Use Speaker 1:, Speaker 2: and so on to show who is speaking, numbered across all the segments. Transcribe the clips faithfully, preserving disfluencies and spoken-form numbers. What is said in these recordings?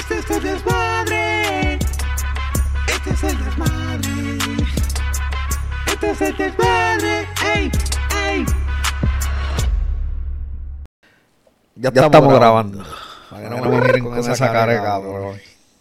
Speaker 1: Este es el desmadre. Este es el desmadre. Este es el desmadre. ¡Ey! ¡Ey!
Speaker 2: Ya, ya estamos, estamos grabando. grabando. Para que no, no me miren con esa cara de cabrón.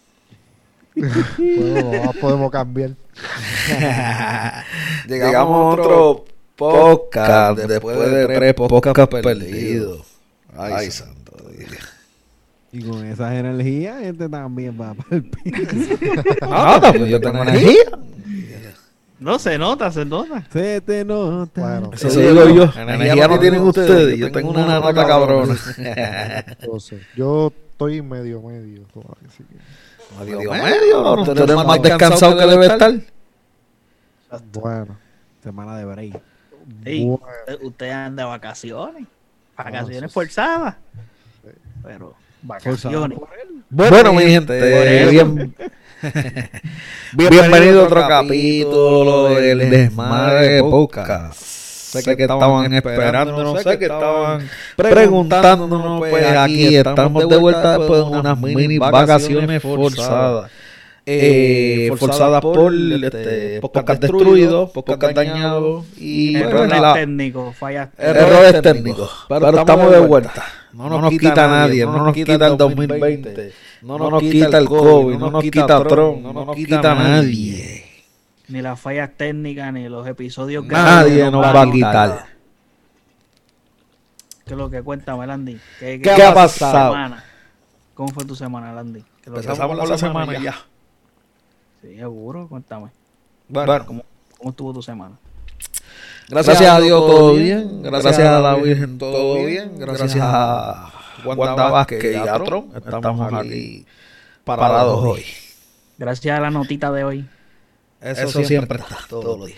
Speaker 3: Podemos, podemos cambiar.
Speaker 2: Llegamos, Llegamos a otro podcast después de tres podcasts perdidos. Ay, Ay, santo Dios.
Speaker 4: Y con esas energías, este también va para el piso.
Speaker 2: No, también yo tengo energía.
Speaker 5: No, se nota, se nota.
Speaker 4: Se te nota.
Speaker 3: Bueno,
Speaker 2: eso sí, digo yo. Energía, energía no tienen ustedes. Yo tengo una nota cabrona.
Speaker 3: Entonces, yo estoy medio medio todavía. Así que...
Speaker 2: Medio medio. medio ¿no? ¿Tú eres más descansado que debe estar?
Speaker 3: Bueno.
Speaker 4: Semana de break.
Speaker 5: Ey,
Speaker 3: bueno.
Speaker 5: Usted anda de vacaciones. Vacaciones no, forzadas.
Speaker 3: Sí.
Speaker 5: Pero vacaciones.
Speaker 2: Bueno, bueno, mi gente. Bien, bienvenido a otro capítulo del Desmadre de Podcast. Sé que estaban esperando, no sé, que estaban preguntándonos, pues aquí estamos de vuelta después de unas mini vacaciones forzadas. Eh, forzadas por este, podcast destruidos, podcast dañados y
Speaker 5: errores bueno, técnicos, fallas
Speaker 2: errores técnicos. Pero, pero estamos de vuelta. No nos, no nos quita, quita nadie, no nos quita el dos mil veinte, no nos quita el COVID, no nos quita Trump, no nos quita nadie.
Speaker 5: Ni las fallas técnicas, ni los episodios
Speaker 2: nadie grandes, nos va a quitar.
Speaker 5: ¿Qué es lo que cuenta, Melandy? ¿Qué,
Speaker 2: qué, ¿Qué ha pasado?
Speaker 5: Semana? ¿Cómo fue tu semana, Landy?
Speaker 2: Empezamos con la semana ya. ya.
Speaker 5: Sí, seguro, cuéntame.
Speaker 2: Bueno,
Speaker 5: ¿Cómo, cómo estuvo tu semana?
Speaker 2: Gracias, gracias a Dios, todo bien. Gracias, gracias a la Virgen, todo bien. Gracias a Wanda Vázquez y a Trump. Estamos aquí parados hoy.
Speaker 5: Gracias a la notita de hoy.
Speaker 2: Eso, Eso siempre, siempre está, todos los días.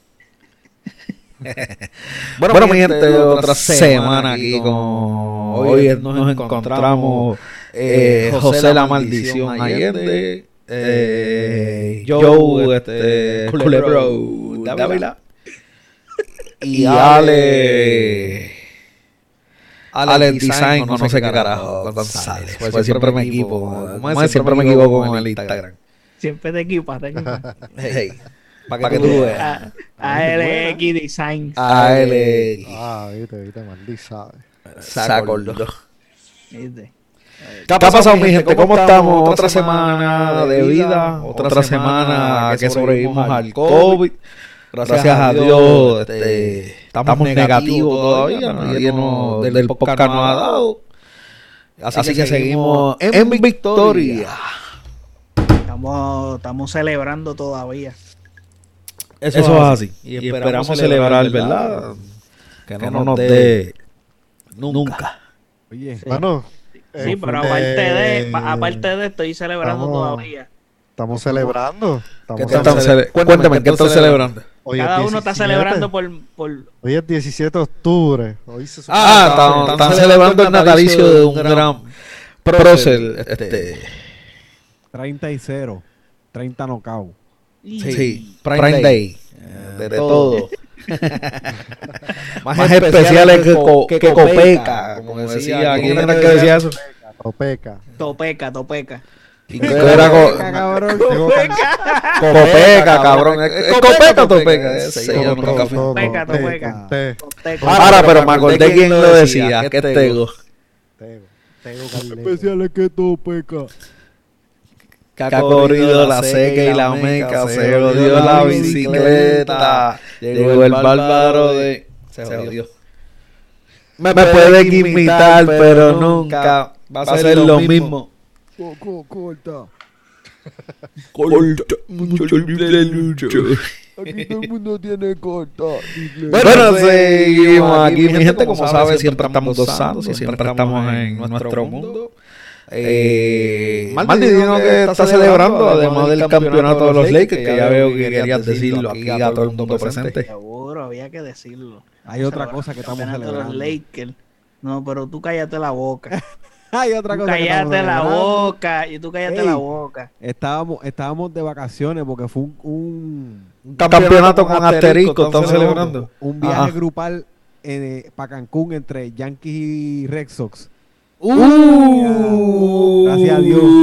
Speaker 2: bueno, bueno, mi gente, otra semana aquí con... Hoy nos encontramos eh, José La Maldición Allende, eh, Joe, este, Culebro, Dávila, y Ale... Ale Design, no, no sé qué carajo, González. Pues siempre me equivoco, como siempre me equivoco con el Instagram.
Speaker 5: Siempre te equipas, te equipas.
Speaker 2: Hey, para pa que, que tú veas.
Speaker 5: A L X Designs.
Speaker 2: A L X.
Speaker 3: Ah, viste, viste, maldita.
Speaker 2: Saco.
Speaker 5: ¿Viste?
Speaker 2: ¿Qué ha pasado, mi gente? ¿Cómo estamos? Otra semana de vida, otra semana que sobrevivimos al COVID. Gracias a Dios, este, estamos negativos todavía. Nadie no, del podcast nos ha dado. Así, Así que, que seguimos en, en victoria.
Speaker 5: Estamos, estamos celebrando todavía.
Speaker 2: Eso, Eso es así. Y, y esperamos, esperamos celebrar, ¿verdad? ¿verdad? Que, no que no nos dé nunca.
Speaker 3: Oye, sí. Bueno,
Speaker 5: sí, eh, pero aparte de, aparte de estoy celebrando
Speaker 3: estamos,
Speaker 5: todavía.
Speaker 3: Estamos celebrando.
Speaker 2: Estamos ¿Qué están cele Cuéntame, Cuéntame, ¿qué están celebrando?
Speaker 5: Hoy Cada uno está celebrando por, por...
Speaker 3: Hoy es diecisiete de octubre. Hoy se
Speaker 2: ah, están, están, están celebrando el natalicio de un gran prócer. Este...
Speaker 4: treinta y cero. treinta knockout.
Speaker 2: Sí, sí. Prime, Prime Day. Day. De, de, de todo. Más, Más especiales que, co, que, que Copeca, como, como decía. ¿Quién era que decía eso?
Speaker 3: Topeca.
Speaker 5: Topeca, Topeca.
Speaker 2: ¿Y qué era
Speaker 5: Copeca, cabrón?
Speaker 2: Copeca, cabrón. ¿Es Copeca o Topeca?
Speaker 5: Topeca, Topeca.
Speaker 2: Ahora, pero me acordé quién lo decía. ¿Qué Tego?
Speaker 3: Tego. Tego
Speaker 4: especiales que Topeca.
Speaker 2: Que ha corrido la seca y la meca, se jodió la bicicleta, llegó el bárbaro de... Se jodió. Me, me puede imitar, pero nunca va a ser lo mismo.
Speaker 4: Corta.
Speaker 2: Corta. Mucho lucho.
Speaker 4: Aquí todo el mundo tiene corta.
Speaker 2: Bueno, seguimos aquí. Mi gente, como sabe, siempre estamos gozando, siempre estamos en nuestro mundo. Eh, Maldi dijo que está celebrando, además del campeonato de los Lakers, que ya veo que querías decirlo aquí a todo el mundo presente.
Speaker 5: Seguro, había que decirlo.
Speaker 4: Hay otra cosa que estamos celebrando.
Speaker 5: Los Lakers. No, pero tú cállate la boca.
Speaker 4: Hay otra
Speaker 5: tú
Speaker 4: cosa
Speaker 5: cállate
Speaker 4: que
Speaker 5: la boca y tú cállate Ey, la boca.
Speaker 4: Estábamos, estábamos de vacaciones porque fue un, un,
Speaker 2: un campeonato, campeonato con asterisco, estamos celebrando.
Speaker 4: Un viaje Ajá. grupal eh, para Cancún entre Yankees y Red Sox.
Speaker 2: Uh,
Speaker 4: Gracias a Dios.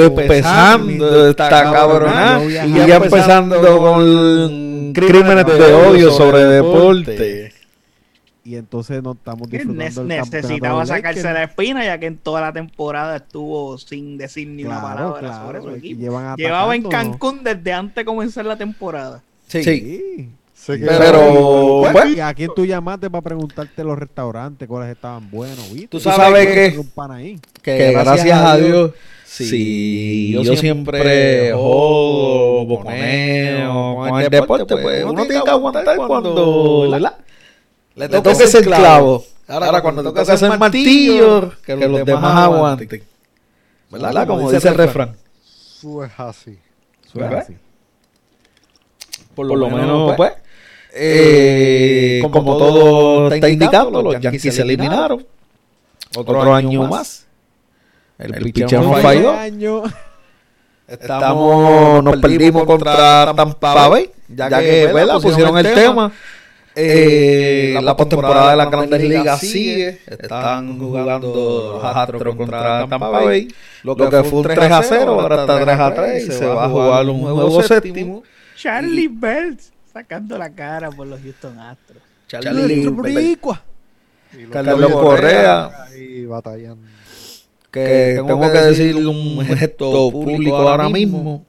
Speaker 2: Esto empezando, está cabrona. Y ya empezando con crímenes de odio sobre deporte.
Speaker 4: Y entonces no estamos
Speaker 5: Que
Speaker 4: disfrutando
Speaker 5: ne-
Speaker 4: del
Speaker 5: necesitaba
Speaker 4: campeonato de
Speaker 5: sacarse
Speaker 4: Lakers.
Speaker 5: la espina, ya que en toda la temporada estuvo sin decir ni una
Speaker 4: Claro,
Speaker 5: palabra
Speaker 4: claro,
Speaker 5: sobre su
Speaker 4: y
Speaker 5: equipo.
Speaker 4: llevan
Speaker 5: Llevaba en
Speaker 4: atacándonos.
Speaker 5: Cancún desde antes de comenzar la temporada.
Speaker 2: Sí.
Speaker 4: Sí.
Speaker 3: Se
Speaker 2: Pero,
Speaker 3: quedaron-
Speaker 2: pues,
Speaker 4: ¿Y a quién tú llamaste para preguntarte los restaurantes cuáles estaban buenos? ¿Viste?
Speaker 2: Tú sabes que-
Speaker 4: Tengo un pana ahí.
Speaker 2: que gracias a Dios, sí, yo siempre jodo, boconeo con el deporte, pues uno tiene que aguantar cuando, ¿verdad? Le toca ese clavo. Ahora, cuando toca hacer martillo, que los demás aguanten. ¿Verdad? Como dice el refrán.
Speaker 3: Eso es así.
Speaker 4: Suena
Speaker 2: ¿verdad?
Speaker 4: así.
Speaker 2: Por lo menos, pues, eh, como todo está indicando, los Yankees se eliminaron. Otro año más. El pichón
Speaker 4: Son
Speaker 2: falló.
Speaker 4: diez años.
Speaker 2: Estamos, nos perdimos contra Tampa Bay, ya que, ¿verdad? Pusieron el tema. Eh, la postemporada de las Grandes Ligas sigue. Están jugando los Astros contra Tampa Bay. Lo que fue un tres a cero, ahora está tres a tres y se va a jugar un juego séptimo.
Speaker 5: Charlie Bells sacando la cara por los Houston Astros.
Speaker 2: Charlie
Speaker 4: Boricua.
Speaker 3: Y los
Speaker 2: Carlos Correa,
Speaker 3: ahí batallando.
Speaker 2: que tengo que decir un gesto público ahora mismo.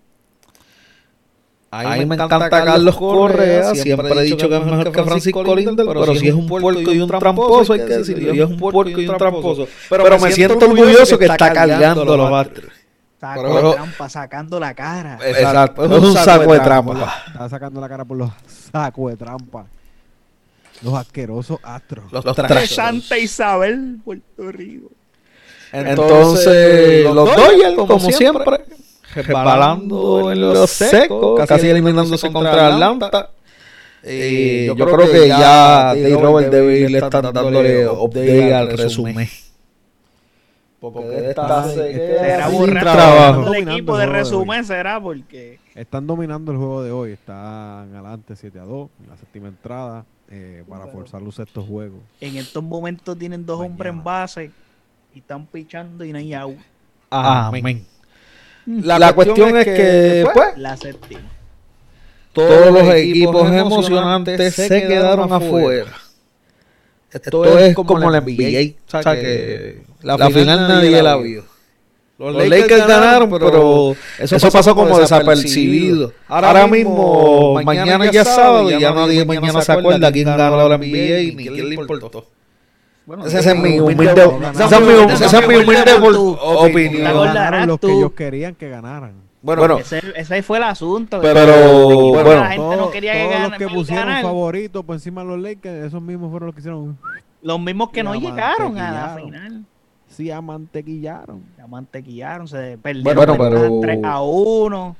Speaker 2: A mí me encanta Carlos Correa, siempre he dicho que es mejor que Francisco Lindor, pero si es un puerco y un tramposo, hay que decirlo, si es un puerco y un tramposo. Pero me siento orgulloso que está cargando los Astros.
Speaker 5: Saco
Speaker 2: Pero-
Speaker 5: de trampa, sacando la cara.
Speaker 2: Exacto, es un saco de trampa.
Speaker 4: Estaba sacando la cara por los sacos de trampa. Los asquerosos Astros.
Speaker 2: Los
Speaker 5: De
Speaker 2: trazos.
Speaker 5: Santa Isabel, Puerto Rico.
Speaker 2: Entonces, los Dodgers, como siempre, resbalando en los secos, casi eliminándose contra Atlanta. Eh, yo creo que ya Dave Robert debe le estar dándole update al resumen. Porque esta
Speaker 5: Será
Speaker 4: sin
Speaker 5: borrar
Speaker 2: trabajo.
Speaker 5: el
Speaker 4: Dominando
Speaker 5: equipo
Speaker 4: el
Speaker 5: de
Speaker 4: juego de hoy.
Speaker 5: resumen, será porque
Speaker 4: Están dominando el juego de hoy. Están adelante siete a dos en la séptima entrada eh, para forzar los sextos juegos.
Speaker 5: en estos momentos tienen dos hombres en base y están pichando y no hay out.
Speaker 2: Amén. La, cuestión es que, pues,
Speaker 5: La séptima.
Speaker 2: todos los equipos emocionantes se quedaron afuera. Esto es como la N B A. O sea que la, final nadie la vio. Los Lakers ganaron, pero eso pasó como desapercibido. Ahora mismo, mañana ya es sábado y ya nadie mañana se acuerda quién ganó la N B A ni quién le importó.
Speaker 5: Bueno,
Speaker 2: Esa es mi humilde,
Speaker 4: ganaron.
Speaker 2: esa es mi- esa es mi humilde
Speaker 5: Tú-
Speaker 2: opinión.
Speaker 5: acordarás
Speaker 4: Ganaron los que
Speaker 5: tú.
Speaker 4: ellos querían que ganaran.
Speaker 2: Bueno,
Speaker 5: Ese, ese fue el asunto.
Speaker 2: Pero,
Speaker 5: Porque
Speaker 2: bueno,
Speaker 5: la gente no
Speaker 4: Todos-
Speaker 5: quería que
Speaker 4: todos
Speaker 5: gane-
Speaker 4: los que
Speaker 5: mal
Speaker 4: pusieron
Speaker 5: ganar.
Speaker 4: favoritos por encima de los Lakers, esos mismos fueron los que hicieron.
Speaker 5: Los mismos que no
Speaker 4: Ya
Speaker 5: llegaron a la
Speaker 4: mantequillaron.
Speaker 5: final.
Speaker 4: Sí, amantequillaron.
Speaker 5: Ya mantequillaron, se perdieron
Speaker 2: Bueno, pero-
Speaker 5: tres a uno.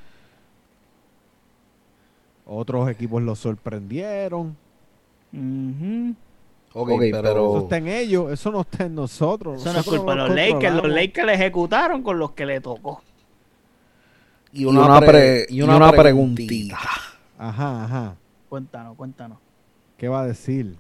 Speaker 4: Otros equipos los sorprendieron.
Speaker 5: Ujú.
Speaker 2: ok,
Speaker 4: Eso
Speaker 2: pero
Speaker 4: está en ellos, eso no está en nosotros.
Speaker 5: Eso no es
Speaker 4: Nosotros
Speaker 5: culpa de los
Speaker 4: lo
Speaker 5: Lakers. Los
Speaker 4: controlamos.
Speaker 5: Lakers le ejecutaron con los que le tocó.
Speaker 2: y una, pre- y una preguntita.
Speaker 4: Ajá, ajá.
Speaker 5: Cuéntanos, cuéntanos.
Speaker 4: ¿Qué va a decir?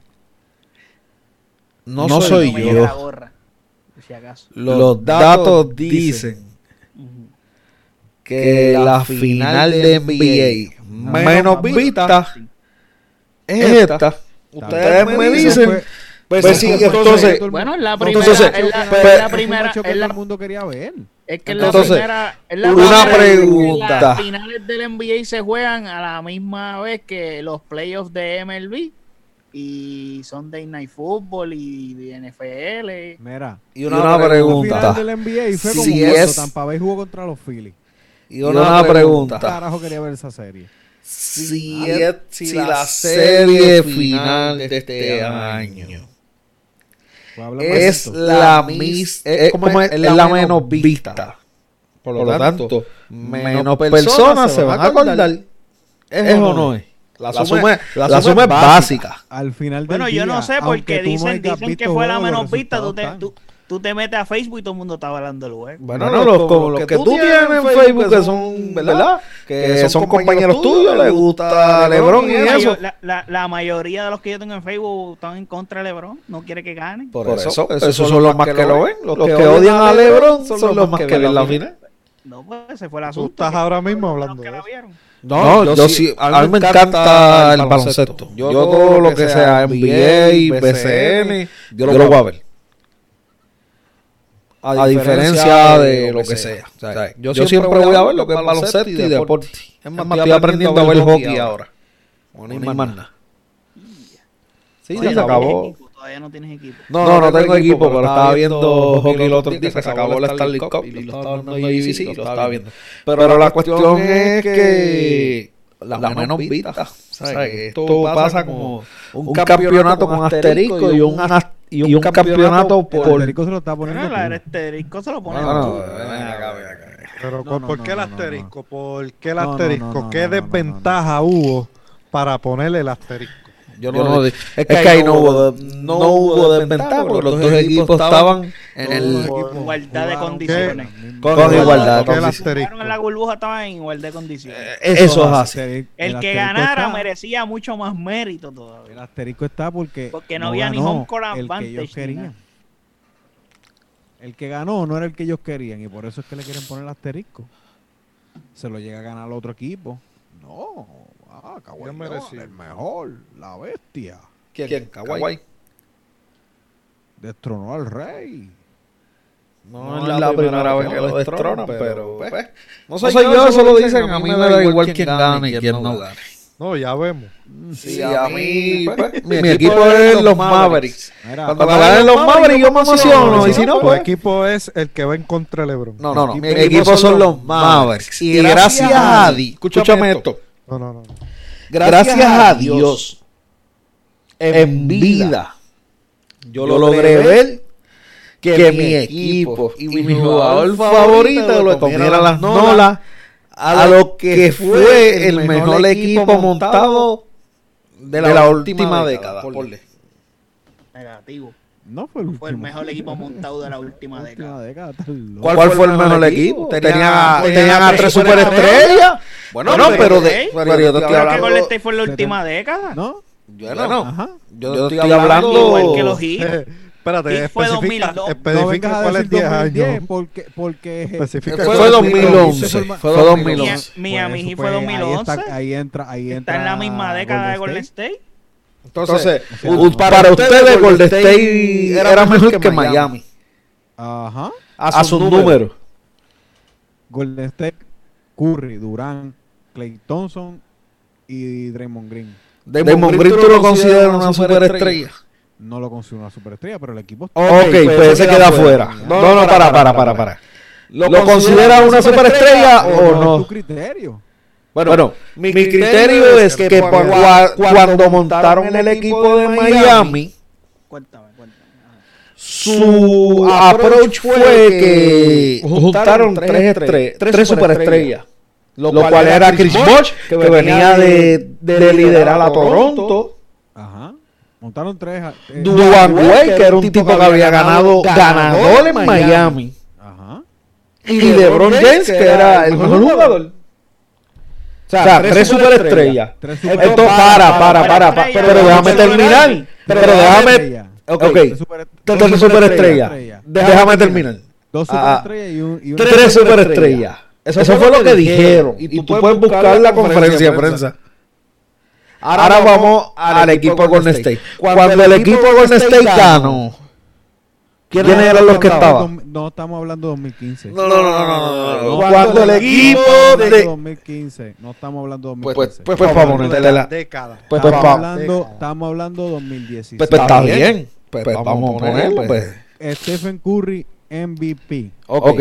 Speaker 2: No, soy
Speaker 5: No me llegue la
Speaker 2: yo.
Speaker 5: gorra, por si acaso.
Speaker 2: Los datos dicen
Speaker 5: Ujú.
Speaker 2: que la final de N B A menos vista es esta. Ustedes me dicen,
Speaker 4: Fue-
Speaker 2: pues
Speaker 4: fue-
Speaker 2: sí,
Speaker 4: fue- fue-
Speaker 2: entonces,
Speaker 4: todo el
Speaker 5: Bueno,
Speaker 4: mundo-
Speaker 5: es la
Speaker 4: todo-
Speaker 5: primera,
Speaker 2: entonces,
Speaker 5: es la,
Speaker 2: pues-
Speaker 5: es la
Speaker 4: fue un
Speaker 5: primera,
Speaker 4: macho que
Speaker 5: es
Speaker 4: todo
Speaker 5: la,
Speaker 4: el mundo quería ver.
Speaker 5: es que es la
Speaker 2: Entonces,
Speaker 5: primera, es la
Speaker 2: una
Speaker 5: primera vez que
Speaker 2: pregunta.
Speaker 5: las finales del N B A se juegan a la misma vez que los playoffs de M L B y Sunday Night Football y de N F L.
Speaker 4: Mira,
Speaker 2: y una,
Speaker 4: la final
Speaker 2: pregunta,
Speaker 4: del N B A fue como
Speaker 2: Si
Speaker 4: cuando
Speaker 2: es-
Speaker 4: Tampa Bay jugó contra los Phillies.
Speaker 2: y una pregunta,
Speaker 4: Carajo quería ver esa serie.
Speaker 2: si, es- si la serie final de este año
Speaker 4: Pues háblame
Speaker 2: es
Speaker 4: de esto.
Speaker 2: la mis, es, como es, es la menos vista, por lo tanto, menos personas se van a acordar, ¿es o no es? La suma, la suma es básica.
Speaker 4: Al final del
Speaker 5: Bueno, yo
Speaker 4: día,
Speaker 5: no sé
Speaker 4: aunque
Speaker 5: porque
Speaker 4: tú no
Speaker 5: dicen,
Speaker 4: hayas
Speaker 5: dicen que
Speaker 4: visto
Speaker 5: fue la
Speaker 4: juegos,
Speaker 5: menos
Speaker 4: los
Speaker 5: vista. Tú te,
Speaker 4: resultados
Speaker 5: tú, tú te metes a Facebook y todo el mundo está hablando del juego.
Speaker 2: Bueno, los, como los que tú tienes en Facebook, que son, ¿verdad? Que son compañeros tuyos, les gusta LeBron y
Speaker 5: La,
Speaker 2: eso.
Speaker 5: mayo- la, la, la mayoría de los que yo tengo en Facebook están en contra de LeBron. No quiere que gane.
Speaker 2: Por eso, esos son los más que lo ven. Los que odian a LeBron son los más que ven la final.
Speaker 5: No, pues ese fue el
Speaker 3: Tú
Speaker 5: asunto.
Speaker 3: estás
Speaker 5: que
Speaker 3: ahora mismo
Speaker 5: fueron los
Speaker 3: hablando
Speaker 5: que
Speaker 3: de
Speaker 5: la
Speaker 3: eso.
Speaker 5: vieron.
Speaker 2: No, yo, yo sí, a mí me encanta el baloncesto. Yo, yo todo lo que sea N B A, B C N, yo lo voy a ver. A diferencia de lo que sea. O sea, yo, yo siempre voy a ver lo que es baloncesto y deporte. Es más, estoy aprendiendo a ver hockey ahora. No hay más nada. Sí,
Speaker 5: Oye,
Speaker 2: se
Speaker 5: ¿no
Speaker 2: acabó.
Speaker 5: tienes equipo? Todavía no tienes equipo.
Speaker 2: No, no, no tengo equipo, pero estaba viendo hockey el otro día que se acabó el Stanley Cup y lo estaba viendo en A B C y lo estaba viendo. Pero la cuestión es que la menos vista. O sea, que esto pasa como un campeonato con asterisco y un as- y un campeonato
Speaker 4: El
Speaker 2: por...
Speaker 4: asterisco se lo está poniendo.
Speaker 5: Bueno,
Speaker 4: tú.
Speaker 5: el asterisco se lo pone.
Speaker 2: No, no,
Speaker 5: tú.
Speaker 2: ven acá, ven acá.
Speaker 3: Pero
Speaker 4: No,
Speaker 3: ¿por,
Speaker 4: no,
Speaker 3: ¿por
Speaker 4: no,
Speaker 3: qué el
Speaker 4: no, no,
Speaker 3: asterisco? ¿Por qué el
Speaker 4: No, no,
Speaker 3: asterisco?
Speaker 4: no, no,
Speaker 3: ¿Qué
Speaker 4: no, no,
Speaker 3: desventaja hubo para ponerle el asterisco?
Speaker 2: Yo no, es que ahí no hubo, no hubo desventaja porque los dos equipos estaban en el
Speaker 3: Por-
Speaker 5: Igualdad de
Speaker 4: Jugaron
Speaker 5: condiciones.
Speaker 2: con
Speaker 3: ¿Por
Speaker 2: igualdad de
Speaker 3: qué el
Speaker 2: condiciones.
Speaker 3: asterisco?
Speaker 5: Jugaron en la burbuja, estaban en igualdad de condiciones.
Speaker 2: Eso es así.
Speaker 4: Asteri-
Speaker 5: El que
Speaker 4: asterisco
Speaker 5: ganara
Speaker 4: está-
Speaker 5: merecía mucho más mérito
Speaker 4: El
Speaker 5: todavía.
Speaker 4: asterisco está porque.
Speaker 5: Porque no había ni
Speaker 4: ganó
Speaker 5: home court
Speaker 4: el que
Speaker 5: advantage
Speaker 4: ellos
Speaker 5: ni
Speaker 4: querían.
Speaker 5: nada.
Speaker 4: El que ganó no era el que ellos querían y por eso es que le quieren poner el asterisco. Se lo llega a ganar al otro equipo. No, ah, Kawhi
Speaker 3: Bien
Speaker 4: Leonard,
Speaker 3: merecido.
Speaker 4: el mejor, la bestia.
Speaker 2: ¿Quién? Kawhi.
Speaker 4: Destronó al rey.
Speaker 2: No es la primera vez que lo destronan, pero pues, no soy yo, eso lo dicen, a mí me da igual quién gane y quién no gane.
Speaker 3: No, ya vemos.
Speaker 2: Sí, a mí, pues, mi equipo es los Mavericks.
Speaker 4: Mira,
Speaker 2: Cuando ganen los Mavericks yo me emociono, y si no,
Speaker 3: Tu
Speaker 2: pues...
Speaker 3: equipo es el que va en contra de LeBron.
Speaker 2: No, no, no, mi equipo son los Mavericks. Y gracias a Dios, escúchame esto,
Speaker 3: No, no, no.
Speaker 2: gracias a Dios, en vida, yo lo logré ver que mi equipo y mi jugador favorito le comiera las nolas a lo que fue el mejor equipo montado de la última década. ponle.
Speaker 5: Negativo.
Speaker 4: no fue el,
Speaker 5: Fue el
Speaker 4: último.
Speaker 5: mejor equipo montado de la última
Speaker 4: La
Speaker 5: década.
Speaker 4: década, estás loco.
Speaker 2: ¿Cuál fue el mejor equipo? Tenía, tenían a tres superestrellas. Bueno, no, pero, de, pero yo te estoy
Speaker 5: Creo que
Speaker 2: hablando...
Speaker 5: Golden State fue en la última década.
Speaker 4: ¿No?
Speaker 2: Yo no,
Speaker 4: Ajá.
Speaker 2: yo, yo estoy hablando...
Speaker 5: Igual que los Heat.
Speaker 3: Espérate,
Speaker 5: Sí, fue
Speaker 3: especifica,
Speaker 5: dos mil dos.
Speaker 4: No
Speaker 3: especifica
Speaker 4: vengas a
Speaker 3: cuál es
Speaker 4: decir
Speaker 3: diez
Speaker 4: dos mil diez
Speaker 3: años.
Speaker 4: porque, porque
Speaker 3: Especifica
Speaker 2: Fue
Speaker 3: cuál es
Speaker 2: dos mil once,
Speaker 3: diez años.
Speaker 2: fue dos mil once.
Speaker 5: Miami
Speaker 4: Pues
Speaker 5: Heat
Speaker 4: eso,
Speaker 5: fue
Speaker 4: pues,
Speaker 5: dos mil once.
Speaker 4: Ahí, está, ahí entra, ahí entra
Speaker 5: Está en la misma década de Golden State.
Speaker 2: Entonces,
Speaker 4: O sea,
Speaker 2: u-
Speaker 4: no.
Speaker 2: para ustedes Golden State era mejor que Miami.
Speaker 4: Ajá.
Speaker 2: A sus números.
Speaker 4: Golden State, Curry, Durant, Klay Thompson y Draymond Green.
Speaker 2: Damon Green tú lo consideras una superestrella.
Speaker 4: No lo considero una superestrella, pero el equipo
Speaker 2: Ok, pues ese queda afuera. No, no, para, para, para, para. ¿Lo consideras una superestrella o
Speaker 4: es tu
Speaker 2: no?
Speaker 4: criterio.
Speaker 2: Bueno, mi criterio es que cua- cuando montaron el equipo de Miami,
Speaker 5: Cuéntame, cuéntame. Ajá.
Speaker 2: su approach fue que juntaron tres, estre- tres superestrellas. Lo cual era Chris Bosh, que venía de, de liderar a Toronto.
Speaker 4: Ajá. Montaron tres. eh,
Speaker 2: Dwayne Wade, que era un tipo que había ganado ganador en Miami.
Speaker 4: Ajá.
Speaker 2: Y LeBron James, que era el mejor jugador. O sea, tres superestrellas.
Speaker 4: Tres
Speaker 2: Esto,
Speaker 4: super-
Speaker 2: para, para, para, para, pero déjame terminar. Pero déjame,
Speaker 4: Estrella.
Speaker 2: ok,
Speaker 4: Tres super-
Speaker 2: tres superestrellas. Déjame terminar.
Speaker 4: Dos
Speaker 2: Ah,
Speaker 4: superestrellas y, un, y una
Speaker 2: Tres superestrellas. Eso fue lo que dijeron. Y tú puedes buscar la conferencia de prensa. Ahora vamos al equipo Golden State. Cuando el equipo Golden State ganó, ¿quiénes eran los que estaban?
Speaker 4: No estamos hablando de dos mil quince.
Speaker 2: No, no, no, no, no, no.
Speaker 4: No,
Speaker 2: Cuando el equipo de...
Speaker 4: dos mil quince. No estamos hablando de dos mil
Speaker 2: Pues,
Speaker 4: quince.
Speaker 2: pues, pues, para ponerte la...
Speaker 3: década.
Speaker 2: Pues, pues,
Speaker 4: estamos,
Speaker 2: pa-
Speaker 4: hablando,
Speaker 3: década.
Speaker 4: estamos hablando de dos mil dieciséis.
Speaker 2: Pues está bien. Pues vamos a ponerlo, pues.
Speaker 4: Stephen Curry, M V P.
Speaker 2: Ok.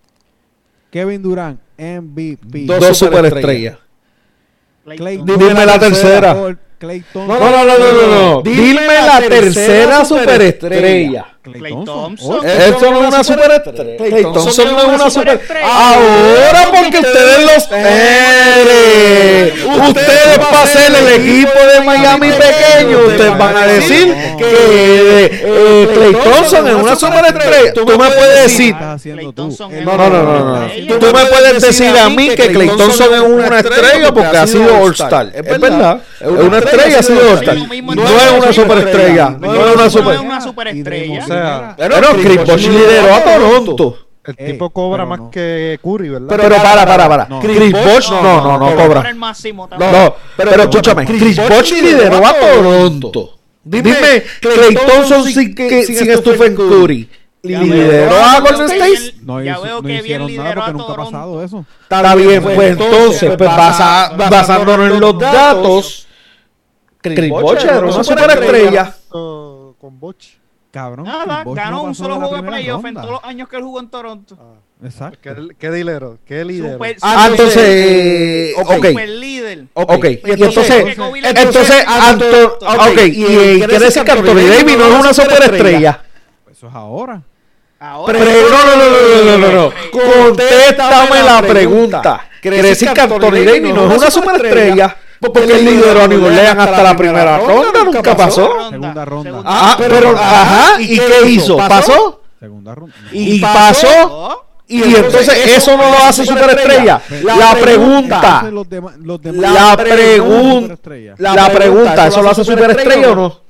Speaker 4: Kevin Durant, M V P.
Speaker 2: Dos superestrellas.
Speaker 4: Clay
Speaker 5: Clayton.
Speaker 2: Dime la tercera.
Speaker 4: Clay
Speaker 2: No,
Speaker 4: Thompson.
Speaker 2: no, no, no, no, no. Dime la tercera superestrella.
Speaker 4: Clay
Speaker 5: Clay
Speaker 4: Thompson.
Speaker 5: Thompson.
Speaker 4: Oh,
Speaker 2: Esto no es una superestrella. Clay Thompson no es una superestrella.
Speaker 5: superestrella.
Speaker 2: Ahora porque ustedes los quieren. Ustedes para ser el equipo de Miami pequeño, ustedes van a decir que eh, Clay Thompson es una superestrella. Tú me puedes decir...
Speaker 4: estás haciendo
Speaker 5: Clay
Speaker 4: tú.
Speaker 5: Thompson
Speaker 4: El-
Speaker 5: es
Speaker 2: No, no, no, no, no.
Speaker 5: Estrella.
Speaker 2: Tú me puedes decir a mí que Clay Thompson es una estrella porque ha sido All-Star. Es verdad. Es una estrella, ha sido All-Star.
Speaker 5: Sí, lo mismo
Speaker 2: No
Speaker 5: en
Speaker 2: es una
Speaker 5: Toronto.
Speaker 2: superestrella. No es una
Speaker 5: No es
Speaker 2: superestrella.
Speaker 5: una superestrella.
Speaker 3: O sea,
Speaker 2: Pero Chris Bosh lideró a Toronto.
Speaker 3: El
Speaker 4: Ey,
Speaker 3: tipo cobra
Speaker 4: pero
Speaker 3: más
Speaker 4: no.
Speaker 3: que Curry, ¿verdad?
Speaker 2: Pero, pero para, para, para.
Speaker 4: No.
Speaker 2: Chris Bosh no, no, no,
Speaker 5: Cobra
Speaker 2: cobra.
Speaker 5: el máximo
Speaker 2: No,
Speaker 5: también.
Speaker 2: no, pero escúchame, Chris Bosh lideró a Toronto. Dime, Klay Thompson sin, que, sin Stephen Curry
Speaker 5: Ya
Speaker 2: lideró
Speaker 5: veo-
Speaker 2: a
Speaker 5: ya veo
Speaker 2: Golden
Speaker 5: que
Speaker 2: State.
Speaker 5: bien-
Speaker 4: No,
Speaker 5: ya
Speaker 4: hizo-
Speaker 5: veo
Speaker 4: no
Speaker 5: que bien
Speaker 4: hicieron nada
Speaker 5: lideró
Speaker 4: porque
Speaker 5: a
Speaker 4: nunca ha
Speaker 5: Toronto.
Speaker 4: pasado eso.
Speaker 2: Está bien, pues entonces, pues basa- basándonos en los datos, Chris Bosh era una superestrella.
Speaker 3: Uh, con Boch.
Speaker 4: Cabrón.
Speaker 5: Nada,
Speaker 4: Chris Bosh
Speaker 5: ganó
Speaker 4: no
Speaker 5: un
Speaker 4: pasó
Speaker 5: solo
Speaker 4: de la
Speaker 5: juego de
Speaker 4: primera
Speaker 5: playoff en
Speaker 4: ronda.
Speaker 5: todos los años que él jugó en Toronto.
Speaker 3: Ah,
Speaker 4: Exacto.
Speaker 3: ¿Qué, qué lidero? ¿Qué lidero?
Speaker 5: Super,
Speaker 2: Ah, entonces, eh, ok.
Speaker 5: super líder.
Speaker 2: Ok, y
Speaker 5: Entonces,
Speaker 2: entonces,
Speaker 5: que Kobe le-
Speaker 2: entonces, Anton, ok, y eh, quiere decir que Anthony Davis no es una superestrella.
Speaker 4: Eso es ahora.
Speaker 5: Ahora,
Speaker 2: Pero no, no, no, no, no, no, no. Contéstame la pregunta. Quiere decir que Anthony Davis no es una superestrella. Porque él lideró a New Orleans hasta la primera ronda, nunca pasó.
Speaker 4: Segunda ronda.
Speaker 2: Ah, pero, ajá, ¿y qué hizo? ¿Pasó?
Speaker 4: Segunda ronda. No.
Speaker 2: Y pasó. Y entonces eso no lo hace superestrella. La pregunta,
Speaker 4: Entonces, los demás- los demás-
Speaker 2: la
Speaker 4: no
Speaker 2: pregunta,
Speaker 4: superestrella.
Speaker 2: la pregunta, ¿eso lo hace superestrella o no?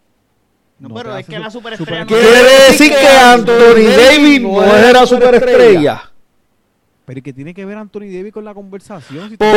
Speaker 5: No,
Speaker 4: No
Speaker 5: pero
Speaker 4: te
Speaker 5: es
Speaker 4: hace
Speaker 5: que la
Speaker 4: su-
Speaker 5: superestrella no
Speaker 4: superestrella.
Speaker 2: Quiere decir que Anthony Davis no era superestrella.
Speaker 4: Pero ¿y qué tiene que ver Anthony Davis con la conversación? Si tú-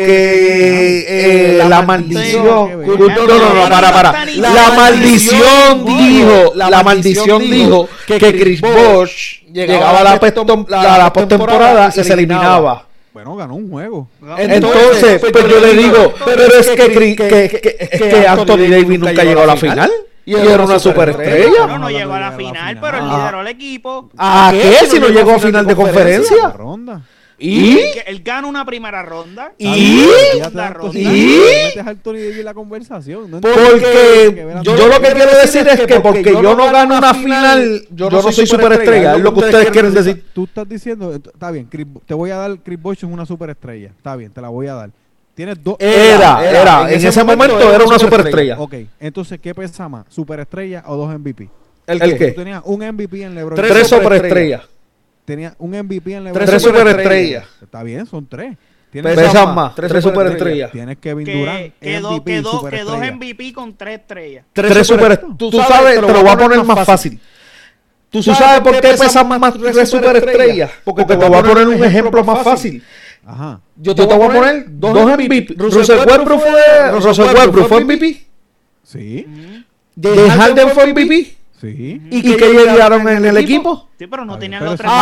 Speaker 2: Porque eh, la maldición. No, no, no, para, para. La maldición dijo, la maldición dijo que Chris Bosh llegaba a la postem- a la postemporada y se eliminaba.
Speaker 4: Bueno, ganó un juego.
Speaker 2: Entonces, pues yo le digo, pero es que, Chris- que, que, es que Anthony Davis nunca llegó a la final y era una superestrella.
Speaker 5: No, no llegó a la final, pero él
Speaker 2: Ah.
Speaker 5: lideró el equipo.
Speaker 2: ¿A qué si no llegó a final de
Speaker 4: La
Speaker 2: conferencia?
Speaker 4: ronda.
Speaker 2: ¿Y?
Speaker 5: Que Él gana una primera ronda.
Speaker 2: ¿Y?
Speaker 4: Ya te das
Speaker 5: ¿Y?
Speaker 4: cosita, no metes a Anthony Davis en la conversación. No entiendo qué tiene que
Speaker 2: Porque
Speaker 4: ver
Speaker 2: yo,
Speaker 4: Anthony
Speaker 2: lo que
Speaker 4: Davis.
Speaker 2: quiero decir es que porque yo no gano una final, yo no soy superestrella. Es lo que ustedes quieren decir.
Speaker 4: Tú estás diciendo, ent- está bien, Chris Bo- te voy a dar, Chris Bosh es una superestrella. Está bien, te la voy a dar. Tienes dos.
Speaker 2: Era, era. En ese momento era una superestrella.
Speaker 4: Ok, entonces, ¿qué pesa más? ¿Superestrella o dos M V P?
Speaker 2: ¿El
Speaker 4: Tú
Speaker 2: qué?
Speaker 4: tenías un M V P en LeBron.
Speaker 2: Tres superestrellas.
Speaker 4: Tenías un M V P en LeBron.
Speaker 2: Tres superestrellas.
Speaker 4: Está bien, son tres. Tienes,
Speaker 2: Pesan más. Tres superestrellas.
Speaker 4: tienes Kevin Durant,
Speaker 5: Que, que, do-
Speaker 4: M V P,
Speaker 5: que, do- que dos
Speaker 4: superestrella.
Speaker 5: M V P con tres estrellas.
Speaker 2: Tres superestrellas. Tú sabes, te lo voy a poner más fácil. ¿Tú sabes por qué pesan más tres superestrellas? Porque te voy a poner un ejemplo más fácil.
Speaker 4: Ajá.
Speaker 2: Yo te voy a poner dos M V P. Russell Westbrook fue Russell Westbrook fue M V P.
Speaker 4: Sí,
Speaker 2: James Harden fue M V P.
Speaker 4: sí.
Speaker 2: ¿Y qué llegaron en el equipo?
Speaker 5: Sí, pero no
Speaker 4: Está
Speaker 5: tenían
Speaker 4: bien,
Speaker 5: los
Speaker 4: pero
Speaker 5: tres.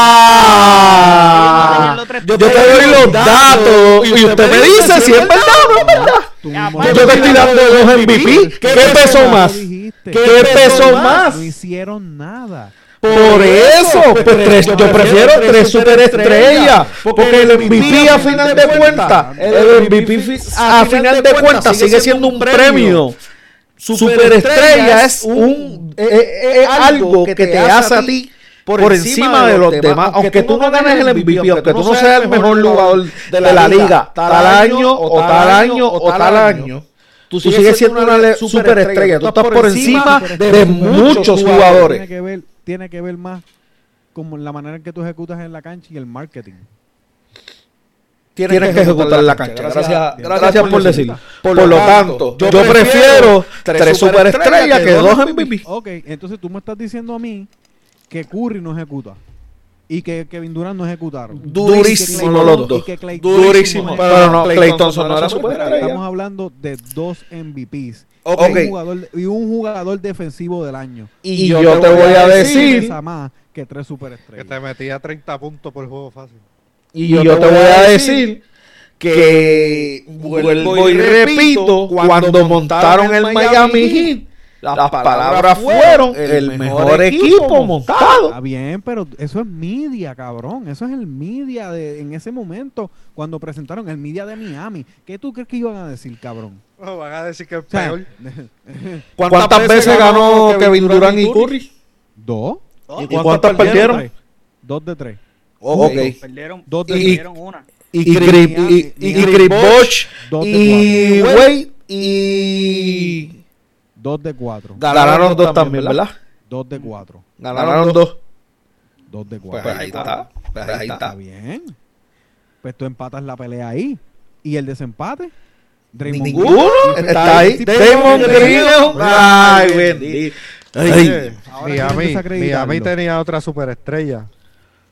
Speaker 2: Ah, yo te doy los datos y usted me dice si es verdad o no es verdad.
Speaker 4: Tú
Speaker 5: Ya,
Speaker 4: mismo
Speaker 5: yo
Speaker 4: lo
Speaker 2: te estoy
Speaker 4: dijiste.
Speaker 2: dando dos M V P. ¿Qué pesó
Speaker 4: Lo
Speaker 2: más?
Speaker 4: dijiste.
Speaker 2: ¿Qué pesó
Speaker 4: No
Speaker 2: más?
Speaker 4: hicieron nada.
Speaker 2: Por eso, pues tres, yo prefiero tres superestrellas, porque el M V P a final de cuentas, el M V P fi- a final de cuentas sigue siendo un premio. Superestrella es un es, es- es algo que te hace a ti por encima de los demás, aunque tú no ganes el M V P, aunque tú no seas el mejor jugador de la liga tal año o tal año o tal año. Tú sigues siendo una le- superestrella, tú estás por encima de muchos
Speaker 4: Tiene
Speaker 2: jugadores.
Speaker 4: que ver, tiene que ver más con la manera en que tú ejecutas en la cancha y el marketing.
Speaker 2: Tienes que ejecutar la cancha. Gracias, gracias por decirlo. Por
Speaker 3: Por
Speaker 2: lo
Speaker 3: lo
Speaker 2: tanto,
Speaker 3: tanto,
Speaker 2: yo prefiero tres superestrellas que dos M V P.
Speaker 4: Ok, entonces tú me estás diciendo a mí que Curry no ejecuta y que Kevin Durant no ejecutaron.
Speaker 2: Durísimo
Speaker 4: Y que Klay-
Speaker 2: los dos.
Speaker 4: y que Klay-
Speaker 2: Durísimo. Pero no, Klay Thompson no era
Speaker 4: Estamos
Speaker 2: superestrella.
Speaker 4: hablando de dos M V Ps.
Speaker 2: Ok.
Speaker 4: Y, un jugador, y un jugador defensivo del año.
Speaker 2: Y yo te voy a decir,
Speaker 4: Pesa más que tres
Speaker 3: Que
Speaker 4: superestrellas.
Speaker 3: te metía treinta puntos por juego fácil.
Speaker 2: y yo te voy a decir que vuelvo y repito, cuando montaron el Miami Heat, las palabras fueron el mejor equipo montado.
Speaker 4: Está bien, pero eso es media, cabrón. Eso es el media de en ese momento cuando presentaron el media de Miami. ¿Qué tú crees que iban a decir, cabrón?
Speaker 3: No, van a decir que es
Speaker 4: O sea,
Speaker 3: peor.
Speaker 2: ¿Cuántas veces ganó Kevin Durant y Curry?
Speaker 4: ¿Dos.
Speaker 2: ¿Y cuántas perdieron?
Speaker 4: Tres. Dos de tres.
Speaker 2: Ok.
Speaker 5: Perdieron,
Speaker 4: Dos de
Speaker 2: Y-
Speaker 5: perdieron una.
Speaker 2: Y Chris y- y Chris Bosh
Speaker 4: Dos de
Speaker 2: y
Speaker 4: cuatro.
Speaker 2: Wade y
Speaker 4: Dos de cuatro.
Speaker 2: ganaron dos también, ¿verdad?
Speaker 4: Dos de cuatro.
Speaker 2: Ganaron dos.
Speaker 4: Dos de
Speaker 2: Pues
Speaker 4: cuatro.
Speaker 2: ahí está. Pues ahí
Speaker 4: Está
Speaker 2: está.
Speaker 4: bien. Pues tú empatas la pelea ahí. ¿Y el desempate? Draymond Green.
Speaker 2: Ninguno está ahí. Damon Green. Ay, bendito. Ay.
Speaker 4: Ahora quieren
Speaker 3: Miami,
Speaker 4: desacreditarlo.
Speaker 3: Miami tenía otra superestrella.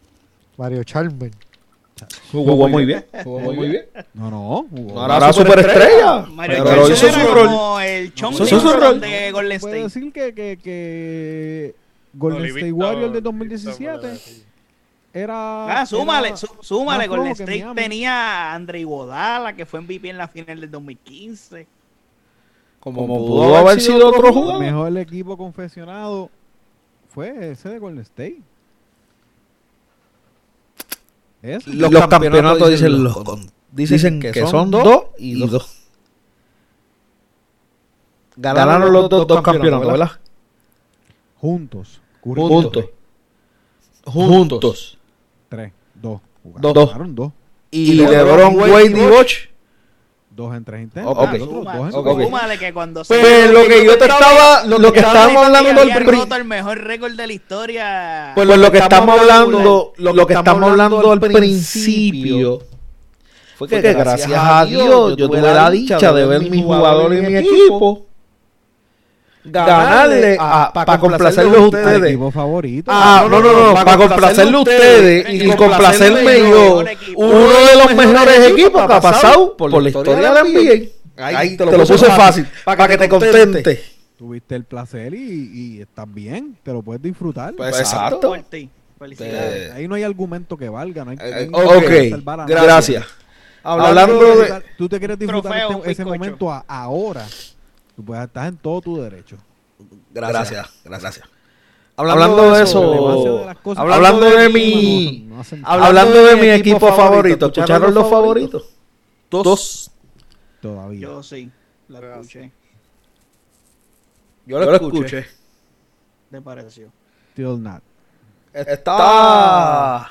Speaker 3: Mario Chalmers.
Speaker 2: Jugó muy bien. Jugó muy bien.
Speaker 4: No, no. Jugó.
Speaker 2: No era superestrella.
Speaker 5: Mario
Speaker 2: Pero
Speaker 5: Chalmers
Speaker 2: hizo
Speaker 5: era
Speaker 2: su rol.
Speaker 5: como el Chong
Speaker 2: Hizo su
Speaker 5: Linson
Speaker 2: rol.
Speaker 5: de Golden
Speaker 4: Puede
Speaker 5: State.
Speaker 4: decir que, que, que Golden
Speaker 6: Olivito,
Speaker 4: State Warriors de dos mil
Speaker 6: Olivito,
Speaker 4: diecisiete
Speaker 6: sí.
Speaker 4: era...
Speaker 5: Ah, súmale,
Speaker 4: era
Speaker 5: sú- súmale.
Speaker 4: más
Speaker 5: Golden
Speaker 4: flojo que
Speaker 5: State
Speaker 4: Miami.
Speaker 5: tenía a Andre Iguodala, que fue M V P en la final del dos mil quince.
Speaker 2: Como pudo haber sido otro
Speaker 4: El
Speaker 2: jugador.
Speaker 4: mejor equipo confeccionado fue ese de Golden State. Eso.
Speaker 2: Los, los campeonatos dicen, los, dicen que, que son dos y dos. dos. Ganaron, Ganaron los dos, dos campeonatos, ¿verdad?
Speaker 4: Juntos.
Speaker 2: Juntos. Juntos.
Speaker 4: Tres. Dos.
Speaker 2: Dos. dos.
Speaker 4: Jugaron dos.
Speaker 2: Y, y LeBron, Wade y Bosh.
Speaker 4: Dos en tres intentos.
Speaker 2: Ok.
Speaker 5: Ah, suma-
Speaker 4: Dos en
Speaker 5: súmale
Speaker 2: okay.
Speaker 5: súmale que cuando
Speaker 2: Pues
Speaker 5: se-
Speaker 2: lo que yo te estaba, lo, lo que estábamos hablando
Speaker 5: había
Speaker 2: del
Speaker 5: roto
Speaker 2: pri-
Speaker 5: el mejor récord de la historia.
Speaker 2: pues lo que estamos hablando, lo que estamos hablando al principio fue que gracias a Dios yo tuve la dicha de ver mi jugador y mi equipo ganarle a, para complacerlos a
Speaker 4: El
Speaker 2: ustedes.
Speaker 4: equipo favorito.
Speaker 2: Ah, no, no, no, para complacerle a ustedes y complacerme yo, uno de los mejores equipos que ha pasado por la historia de la N B A. Ahí te lo puse fácil, para que te contente.
Speaker 4: Tuviste el placer y, y estás bien. Te lo puedes disfrutar.
Speaker 2: Pues exacto.
Speaker 5: Por ti. Felicidades.
Speaker 4: Ahí no hay argumento que valga. No hay,
Speaker 2: Eh,
Speaker 4: no hay que
Speaker 2: ok,
Speaker 4: salvar a nadie.
Speaker 2: gracias.
Speaker 4: Hablando
Speaker 2: Hablando
Speaker 4: de,
Speaker 2: de...
Speaker 4: tú te quieres disfrutar
Speaker 5: Trofeo,
Speaker 4: este- ese
Speaker 5: bizcocho.
Speaker 4: momento a- ahora. Tú puedes estar en todo tu derecho.
Speaker 2: Gracias, gracias. Hablando de eso,
Speaker 4: Relevancia de las cosas.
Speaker 2: hablando de
Speaker 4: No-
Speaker 2: mi,
Speaker 4: no hacen-
Speaker 2: hablando de mi equipo favorito, ¿escucharon los favoritos? Dos.
Speaker 4: Todavía.
Speaker 5: Yo sí, la escuché.
Speaker 2: Yo lo escuché.
Speaker 5: ¿Te pareció?
Speaker 4: Still not.
Speaker 2: Está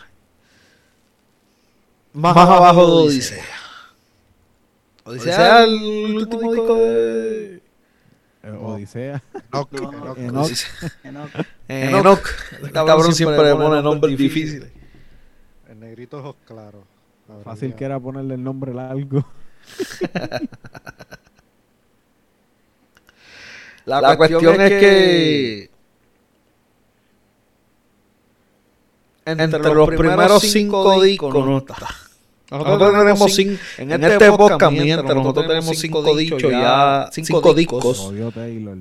Speaker 2: más abajo de Odisea. Odisea es el último disco de
Speaker 4: Eh, Odisea.
Speaker 3: Enoch,
Speaker 5: No, no,
Speaker 3: Enoch.
Speaker 4: Enoch.
Speaker 5: Enoch.
Speaker 2: Enoch. Este cabrón siempre le pone nombres difíciles.
Speaker 3: El negrito ojos claros. La
Speaker 4: Fácil
Speaker 3: verdad.
Speaker 4: que era ponerle el nombre largo.
Speaker 2: La, la cuestión es que entre los primeros cinco discos no está. Nosotros tenemos cinco, en este podcast, mientras nosotros tenemos cinco dichos ya, cinco discos
Speaker 4: Jodió Taylor.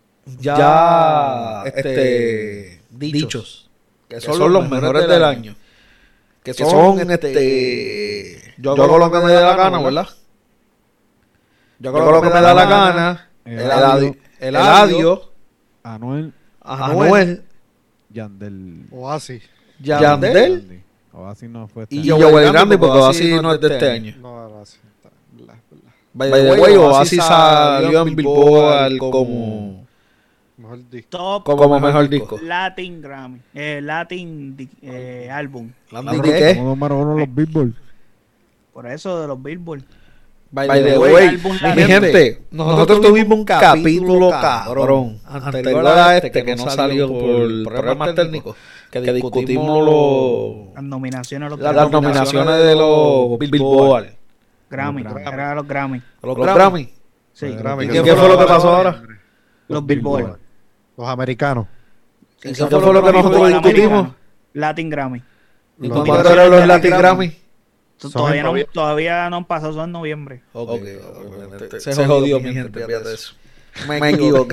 Speaker 2: ya este, dichos, que son los mejores del año. Que son este, yo hago lo que me dé la gana, ¿verdad? Yo hago lo que me da la gana. Eladio, Eladio,
Speaker 4: Anuel.
Speaker 2: Anuel,
Speaker 4: Yandel.
Speaker 3: Oasis.
Speaker 2: Yandel
Speaker 4: Grande. Oasis no fue este
Speaker 2: y
Speaker 4: año.
Speaker 2: Joel Grande, porque Oasis no es de este año.
Speaker 3: No, ahora sí. está- verdad, verdad.
Speaker 2: By the way, Oasis salió en Billboard como,
Speaker 3: Mejor disco.
Speaker 5: Top
Speaker 2: como mejor disco.
Speaker 5: Latin Grammy. Eh, Latin di- eh, álbum.
Speaker 2: ¿Y qué?
Speaker 4: Como número uno los Billboard.
Speaker 5: Por eso de los Billboard.
Speaker 2: By the
Speaker 5: way,
Speaker 2: way,
Speaker 5: álbum
Speaker 2: mi
Speaker 5: latino.
Speaker 2: gente, nosotros tuvimos un capítulo cabrón anterior a este que no salió por problemas técnicos, que discutimos los,
Speaker 5: Las nominaciones a los
Speaker 2: las
Speaker 5: Grammy.
Speaker 2: nominaciones de los Billboard,
Speaker 5: Grammy.
Speaker 4: Los Grammy.
Speaker 5: Era los Grammy.
Speaker 2: los Grammy.
Speaker 5: Sí.
Speaker 3: Grammy,
Speaker 2: ¿Y
Speaker 3: que
Speaker 2: qué
Speaker 3: son
Speaker 2: fue lo que
Speaker 3: los-
Speaker 2: pasó ahora?
Speaker 5: Los Billboard.
Speaker 3: Los americanos.
Speaker 2: ¿Y qué fue lo que nosotros discutimos?
Speaker 5: Latin Grammy.
Speaker 2: ¿Y
Speaker 3: Los
Speaker 2: cuándo eran los Latin Grammy?
Speaker 5: So,
Speaker 3: Son
Speaker 5: Todavía
Speaker 3: en
Speaker 5: no,
Speaker 3: noviembre.
Speaker 5: todavía no han pasado, son en noviembre.
Speaker 2: Ok, obviamente. Se jodió mi gente, fíjate eso. Me equivoqué.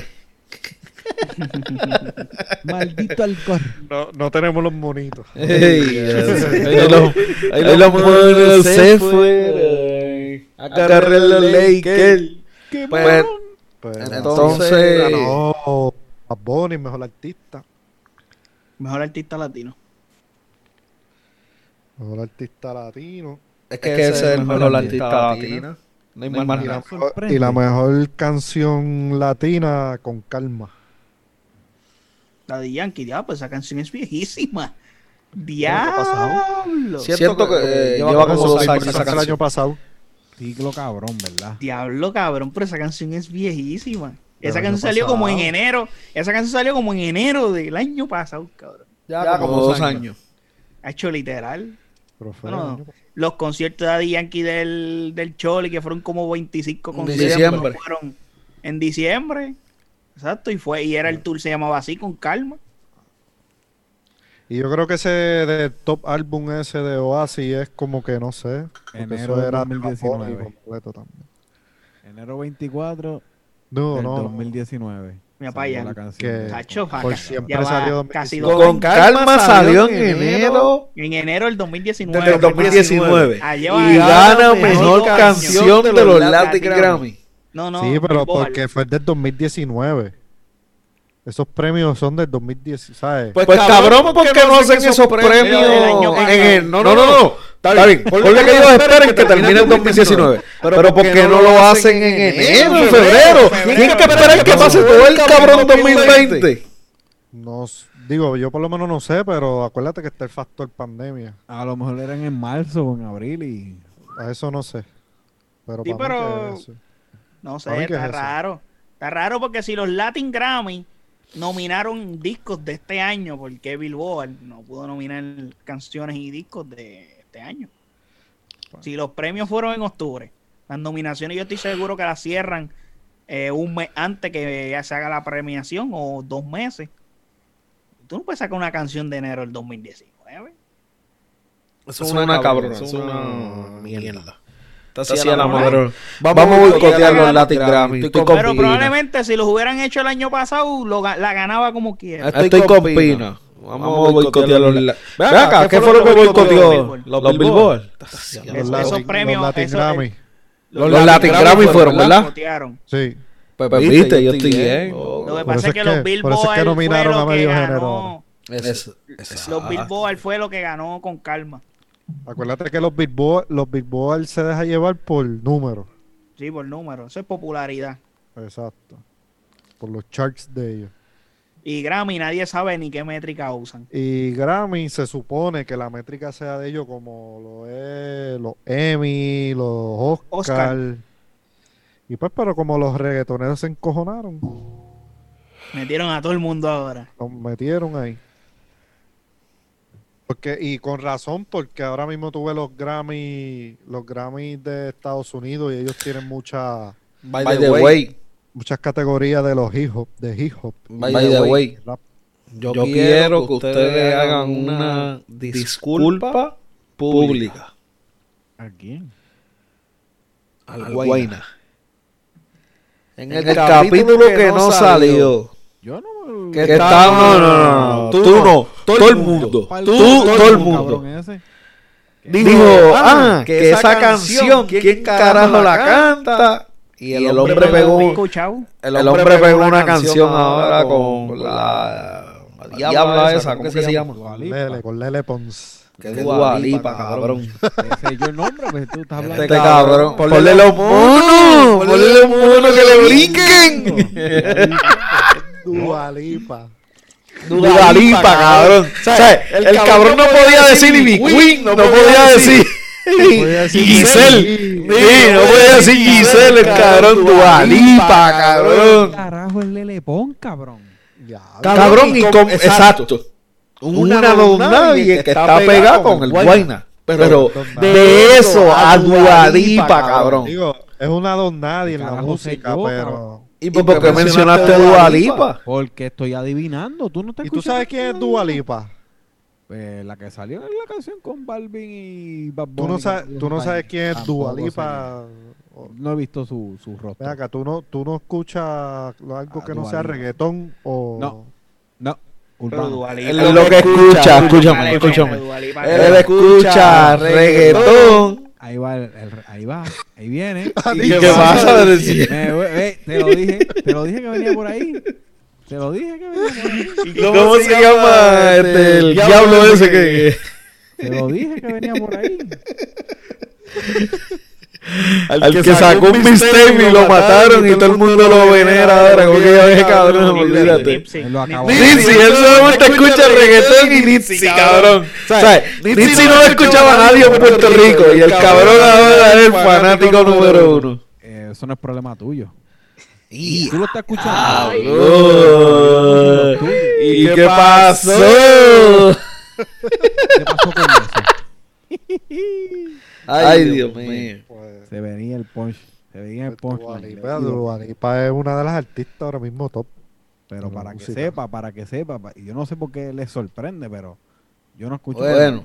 Speaker 4: Maldito alcohol.
Speaker 3: No, no tenemos los monitos.
Speaker 2: Ey, ahí los ahí los monos se fueron a cargar los Lakers. Pues,
Speaker 3: Pues,
Speaker 2: entonces-
Speaker 3: ganó Bad Bunny, mejor artista.
Speaker 5: Mejor artista latino.
Speaker 3: Mejor artista latino.
Speaker 2: es que ese es el mejor artista latino. No hay más
Speaker 3: Y la,
Speaker 2: nada.
Speaker 3: mejor, y la mejor canción latina con calma.
Speaker 5: La de Yankee, ya, pues esa canción es viejísima.
Speaker 3: ¿Qué ha pasado?
Speaker 5: Diablo.
Speaker 2: Siento que eh, lleva como dos años esa
Speaker 3: el año
Speaker 2: canción.
Speaker 3: pasado.
Speaker 4: Ciclo cabrón, ¿verdad?
Speaker 5: Diablo, cabrón, pero esa canción es viejísima.
Speaker 3: Pero
Speaker 5: Esa
Speaker 3: el
Speaker 5: canción
Speaker 3: año
Speaker 5: salió como en
Speaker 3: pasado.
Speaker 5: enero. Esa canción salió como en enero del año pasado, cabrón.
Speaker 2: Ya como dos años.
Speaker 5: Ha hecho literal.
Speaker 3: Pero fue
Speaker 5: No,
Speaker 3: el
Speaker 5: no.
Speaker 3: año pasado.
Speaker 5: Los conciertos de Daddy Yankee del, del Choli, que fueron como veinticinco
Speaker 2: En
Speaker 5: conciertos,
Speaker 2: diciembre.
Speaker 5: fueron en diciembre. Exacto, y fue y era el tour, se llamaba así, con calma.
Speaker 3: Y yo creo que ese de top álbum ese de Oasis es como que no sé. Porque
Speaker 4: Enero
Speaker 3: eso
Speaker 4: de
Speaker 3: era
Speaker 4: dos mil diecinueve.
Speaker 3: Bad Bunny completo también.
Speaker 4: Enero veinticuatro
Speaker 3: No,
Speaker 4: del
Speaker 3: no.
Speaker 4: dos mil diecinueve.
Speaker 5: Mira
Speaker 4: salió
Speaker 5: pa' allá.
Speaker 4: la canción
Speaker 3: Que-
Speaker 4: de-
Speaker 5: Tacho,
Speaker 3: Por
Speaker 5: acá-
Speaker 3: siempre
Speaker 5: ya va
Speaker 3: salió
Speaker 5: casi
Speaker 3: dos mil
Speaker 5: dos
Speaker 2: Con calma salió en enero
Speaker 5: En enero del dos mil diecinueve.
Speaker 2: del dos mil diecinueve.
Speaker 5: Ah,
Speaker 2: Y
Speaker 5: lleva-
Speaker 2: gana
Speaker 5: casi
Speaker 2: mejor
Speaker 5: dos
Speaker 2: canción de los Latin
Speaker 5: Latin
Speaker 2: Grammy.
Speaker 5: No, no.
Speaker 3: Sí, pero
Speaker 5: Billboard.
Speaker 3: porque fue del dos mil diecinueve. Esos premios son del dos mil diez, ¿sabes?
Speaker 2: Pues, cabrón, ¿por qué no hacen esos premios
Speaker 5: del año
Speaker 2: en
Speaker 5: pasado?
Speaker 2: el... No, no, no, no. Está bien. Ponle que ellos esperen que termine el dos mil diecinueve. Pero ¿por qué no lo hacen en enero, en febrero? Tienen que esperar que pase todo el cabrón dos mil veinte.
Speaker 3: No, s- digo, yo por lo menos no sé, pero acuérdate que está el factor pandemia.
Speaker 4: A lo mejor eran en marzo o en abril y...
Speaker 3: A eso no sé. Pero
Speaker 5: Sí,
Speaker 3: para mí
Speaker 5: pero-
Speaker 3: que es eso.
Speaker 5: No sé,
Speaker 3: ¿Para mí qué
Speaker 5: está
Speaker 3: es eso?
Speaker 5: raro. Está raro porque si los Latin Grammy nominaron discos de este año, ¿por qué Billboard no pudo nominar canciones y discos de este año? Si los premios fueron en octubre, las nominaciones yo estoy seguro que las cierran eh, un mes antes que ya se haga la premiación o dos meses. Tú no puedes sacar una canción de enero del dos mil diecinueve.
Speaker 2: Eso es una cabrona, eso es una mierda. Así a la madre. Vamos a
Speaker 5: boicotear
Speaker 2: boicotear
Speaker 5: los
Speaker 2: los Latin Grammy. Estoy con
Speaker 5: Pero
Speaker 2: Pina.
Speaker 5: probablemente si los hubieran hecho el año pasado, lo ga- la ganaba como quiera.
Speaker 2: Estoy con Pina. Vamos a boicotear los Latin Grammy. Ven acá, ¿qué fue lo que boicoteó? Los Billboard.
Speaker 5: Esos
Speaker 3: Los Latin-
Speaker 5: premios,
Speaker 3: los Latin
Speaker 5: eso-
Speaker 3: Grammy.
Speaker 2: Los Latin Grammy fueron, ¿verdad?
Speaker 5: boicotearon.
Speaker 3: Sí.
Speaker 2: Pues, pues, viste, yo estoy bien.
Speaker 5: Lo que
Speaker 3: Por
Speaker 5: pasa
Speaker 3: eso
Speaker 5: es que
Speaker 3: es
Speaker 5: los
Speaker 3: que- por
Speaker 5: Billboard
Speaker 3: eso es que
Speaker 5: fue
Speaker 3: nominaron
Speaker 5: lo
Speaker 3: a
Speaker 5: que
Speaker 3: medio
Speaker 5: ganó.
Speaker 3: género
Speaker 2: Eso- eso-
Speaker 5: Los Billboard fue lo que ganó con calma.
Speaker 3: Acuérdate que los Billboard, los Billboard se deja llevar por números.
Speaker 5: Sí, por número. Eso es popularidad.
Speaker 3: Exacto. Por los charts de ellos.
Speaker 5: Y Grammy nadie sabe ni qué métrica usan.
Speaker 3: Y Grammy se supone que la métrica sea de ellos como lo es los Emmy, los Oscar.
Speaker 5: Oscar.
Speaker 3: Y pues, pero como los reggaetoneros se encojonaron,
Speaker 5: Metieron a todo el mundo ahora.
Speaker 3: los metieron ahí. Porque, y con razón, porque ahora mismo tuve los Grammy, los Grammy de Estados Unidos y ellos tienen mucha,
Speaker 2: By the way,
Speaker 3: muchas categorías de los hip hop, de hip hop.
Speaker 2: by the way,
Speaker 3: rap.
Speaker 2: yo quiero que ustedes hagan una disculpa pública
Speaker 4: ¿A quién?
Speaker 2: al Guayna. En el capítulo que no salió,
Speaker 4: Yo no...
Speaker 2: que está, no, no, no, no, tú no, todo el mundo, tú, todo el mundo.
Speaker 4: Cabrón ese.
Speaker 2: Dijo, ah, que esa canción, ¿quién carajo la canta? Y el hombre
Speaker 5: ¿Lo
Speaker 2: pegó,
Speaker 5: he escuchado?
Speaker 2: el hombre pegó una canción ahora con la, la diabla esa, ¿cómo que se llama?
Speaker 4: Dua
Speaker 3: Con
Speaker 4: Lipa.
Speaker 3: Lele, con Lele Pons.
Speaker 2: Que es Dua Lipa, cabrón.
Speaker 4: Ese es yo el nombre, pues tú estás hablando.
Speaker 2: Este cabrón, ponle los monos, ponle los monos que le brinquen.
Speaker 3: Dua Lipa.
Speaker 2: Dua Lipa, cabrón. O sea, el cabrón no podía decir ni mi Queen, no podía decir
Speaker 3: podía decir
Speaker 2: Giselle. Sí, no podía decir Giselle, el cabrón. Dua Lipa, cabrón.
Speaker 4: Carajo, el Lele Pon, cabrón.
Speaker 3: Ya,
Speaker 2: Cabrón, y con, exacto. Una don nadie que está pegada con el Guayna. Pero de eso a Dua Lipa, cabrón.
Speaker 3: digo, es una don nadie en la
Speaker 4: Carajo, sé
Speaker 3: música,
Speaker 4: yo,
Speaker 3: pero...
Speaker 4: cabrón.
Speaker 2: ¿Y por qué mencionaste Dua Lipa?
Speaker 4: Porque estoy adivinando. ¿Tú no estás
Speaker 3: ¿Y tú sabes quién es Dua Lipa?
Speaker 4: Pues la que salió en la canción con Balvin y Bad
Speaker 3: Tú no
Speaker 4: Bunny,
Speaker 3: sabes,
Speaker 4: que
Speaker 3: tú no
Speaker 4: está
Speaker 3: sabes
Speaker 4: ahí.
Speaker 3: quién es
Speaker 4: Tampoco
Speaker 3: Dua
Speaker 4: sé
Speaker 3: Lipa.
Speaker 4: quién. No he visto su, su rostro.
Speaker 3: Ven acá, tú no, tú no escuchas algo
Speaker 4: Ah,
Speaker 3: que no
Speaker 4: Dua
Speaker 3: sea
Speaker 4: Lipa.
Speaker 3: reggaetón o...
Speaker 4: No. No.
Speaker 5: Pero
Speaker 4: Urbano.
Speaker 5: Dua Lipa-
Speaker 2: Él lo que escucha, escúchame,
Speaker 5: Dale,
Speaker 2: escúchame.
Speaker 5: Dua Lipa-
Speaker 2: Él escucha reggaetón.
Speaker 4: Ahí va, el, el- ahí va, ahí viene.
Speaker 2: ¿Y qué pasa?
Speaker 4: Eh, eh, te lo dije, te lo dije que venía por ahí. Te lo dije que venía por ahí.
Speaker 2: ¿Y cómo se llama este, el diablo ese que...
Speaker 4: Te lo dije que venía por ahí.
Speaker 2: Al que sacó un mixtape y lo mataron y todo el mundo lo venera ahora. Como que ya ves, cabrón, olvídate.
Speaker 5: Nipsey.
Speaker 4: Él lo acabó.
Speaker 2: Nitsi, él solamente escucha reggaetón y Nitsi, cabrón. O sea, Nitsi no lo escuchaba nadie en Puerto Rico y el cabrón ahora es el fanático número uno.
Speaker 4: Eh, eso no es problema tuyo.
Speaker 2: Y
Speaker 4: Tú lo estás escuchando.
Speaker 2: ¿Y qué pasó?
Speaker 4: ¿Qué pasó con eso?
Speaker 2: Ay, Dios mío.
Speaker 3: Pues,
Speaker 4: Se venía el punch. Se venía el punch.
Speaker 3: Dua Lipa, Dua Lipa es una de las artistas ahora mismo top.
Speaker 4: Pero
Speaker 3: en la
Speaker 4: para que
Speaker 3: música.
Speaker 4: sepa, para que sepa. pa- Y yo no sé por qué les sorprende, pero Yo no escucho.
Speaker 2: Bueno.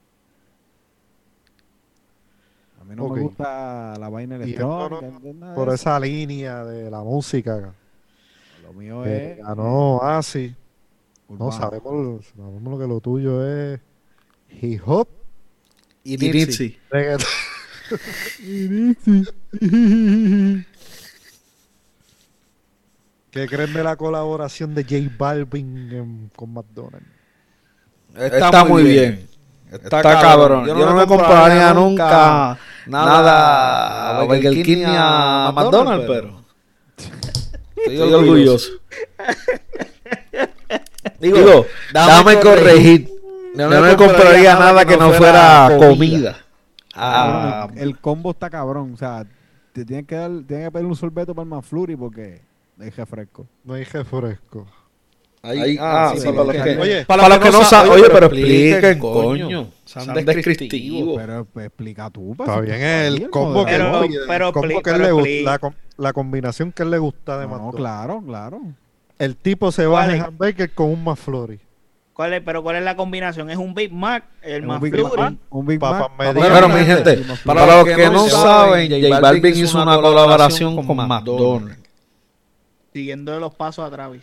Speaker 4: A mí no
Speaker 3: Ok.
Speaker 4: me gusta la vaina
Speaker 3: Y
Speaker 4: electrónica.
Speaker 3: esto no-
Speaker 4: nada de
Speaker 3: Por
Speaker 4: eso.
Speaker 3: esa línea de la música
Speaker 4: Lo mío
Speaker 3: que
Speaker 4: es.
Speaker 3: ganó Asi. No,
Speaker 4: urbano.
Speaker 3: sabemos, sabemos lo que lo tuyo es hip hop,
Speaker 2: Y Nitsi.
Speaker 3: reggaetón. ¿Qué creen de la colaboración de J Balvin en- con McDonald's?
Speaker 2: Está muy bien. Está cabrón. Yo no me compraría nunca nada a Burger King ni a McDonald's, pero estoy orgulloso. Digo, dame corregir. Yo no me compraría nada que no fuera comida. Ah,
Speaker 4: Cabrón, el, el combo está cabrón. O sea, te tienes que dar, tienes que pedir un sorbeto para el McFlurry porque es refresco.
Speaker 3: No hay refresco.
Speaker 2: ahí, ah,
Speaker 4: sí,
Speaker 2: sí,
Speaker 4: sí,
Speaker 2: para los
Speaker 4: sí.
Speaker 2: que,
Speaker 3: Oye,
Speaker 2: para los que no saben, oye, pero expliquen, coño. Sean descriptivos.
Speaker 4: Pero pues, explica tú. pa,
Speaker 3: Está
Speaker 4: si
Speaker 3: bien
Speaker 4: tú estás ahí,
Speaker 3: el combo que,
Speaker 5: Pero-
Speaker 3: oye, el
Speaker 5: pero
Speaker 3: combo
Speaker 5: expli-
Speaker 3: que él
Speaker 5: pero
Speaker 3: le gusta,
Speaker 5: expli-
Speaker 3: la, com- la combinación que él le gusta de
Speaker 4: No, no,
Speaker 3: McDonald's.
Speaker 4: claro, claro.
Speaker 3: El tipo se
Speaker 5: ¿Cuál
Speaker 3: baja el
Speaker 5: es?
Speaker 3: hamburger con un McFlurry.
Speaker 5: ¿Cuál es, pero ¿cuál es la combinación? ¿Es un Big Mac, el
Speaker 4: Un Big
Speaker 5: McFlurry?
Speaker 4: Mac, un Big
Speaker 3: Papas
Speaker 4: Mac.
Speaker 3: medianas.
Speaker 2: Bueno,
Speaker 3: Bueno,
Speaker 2: mi
Speaker 3: mi
Speaker 2: gente,
Speaker 4: y McFlurry.
Speaker 2: para los que no saben, J Balvin hizo una colaboración con McDonald's.
Speaker 5: Siguiendo los pasos a Travis.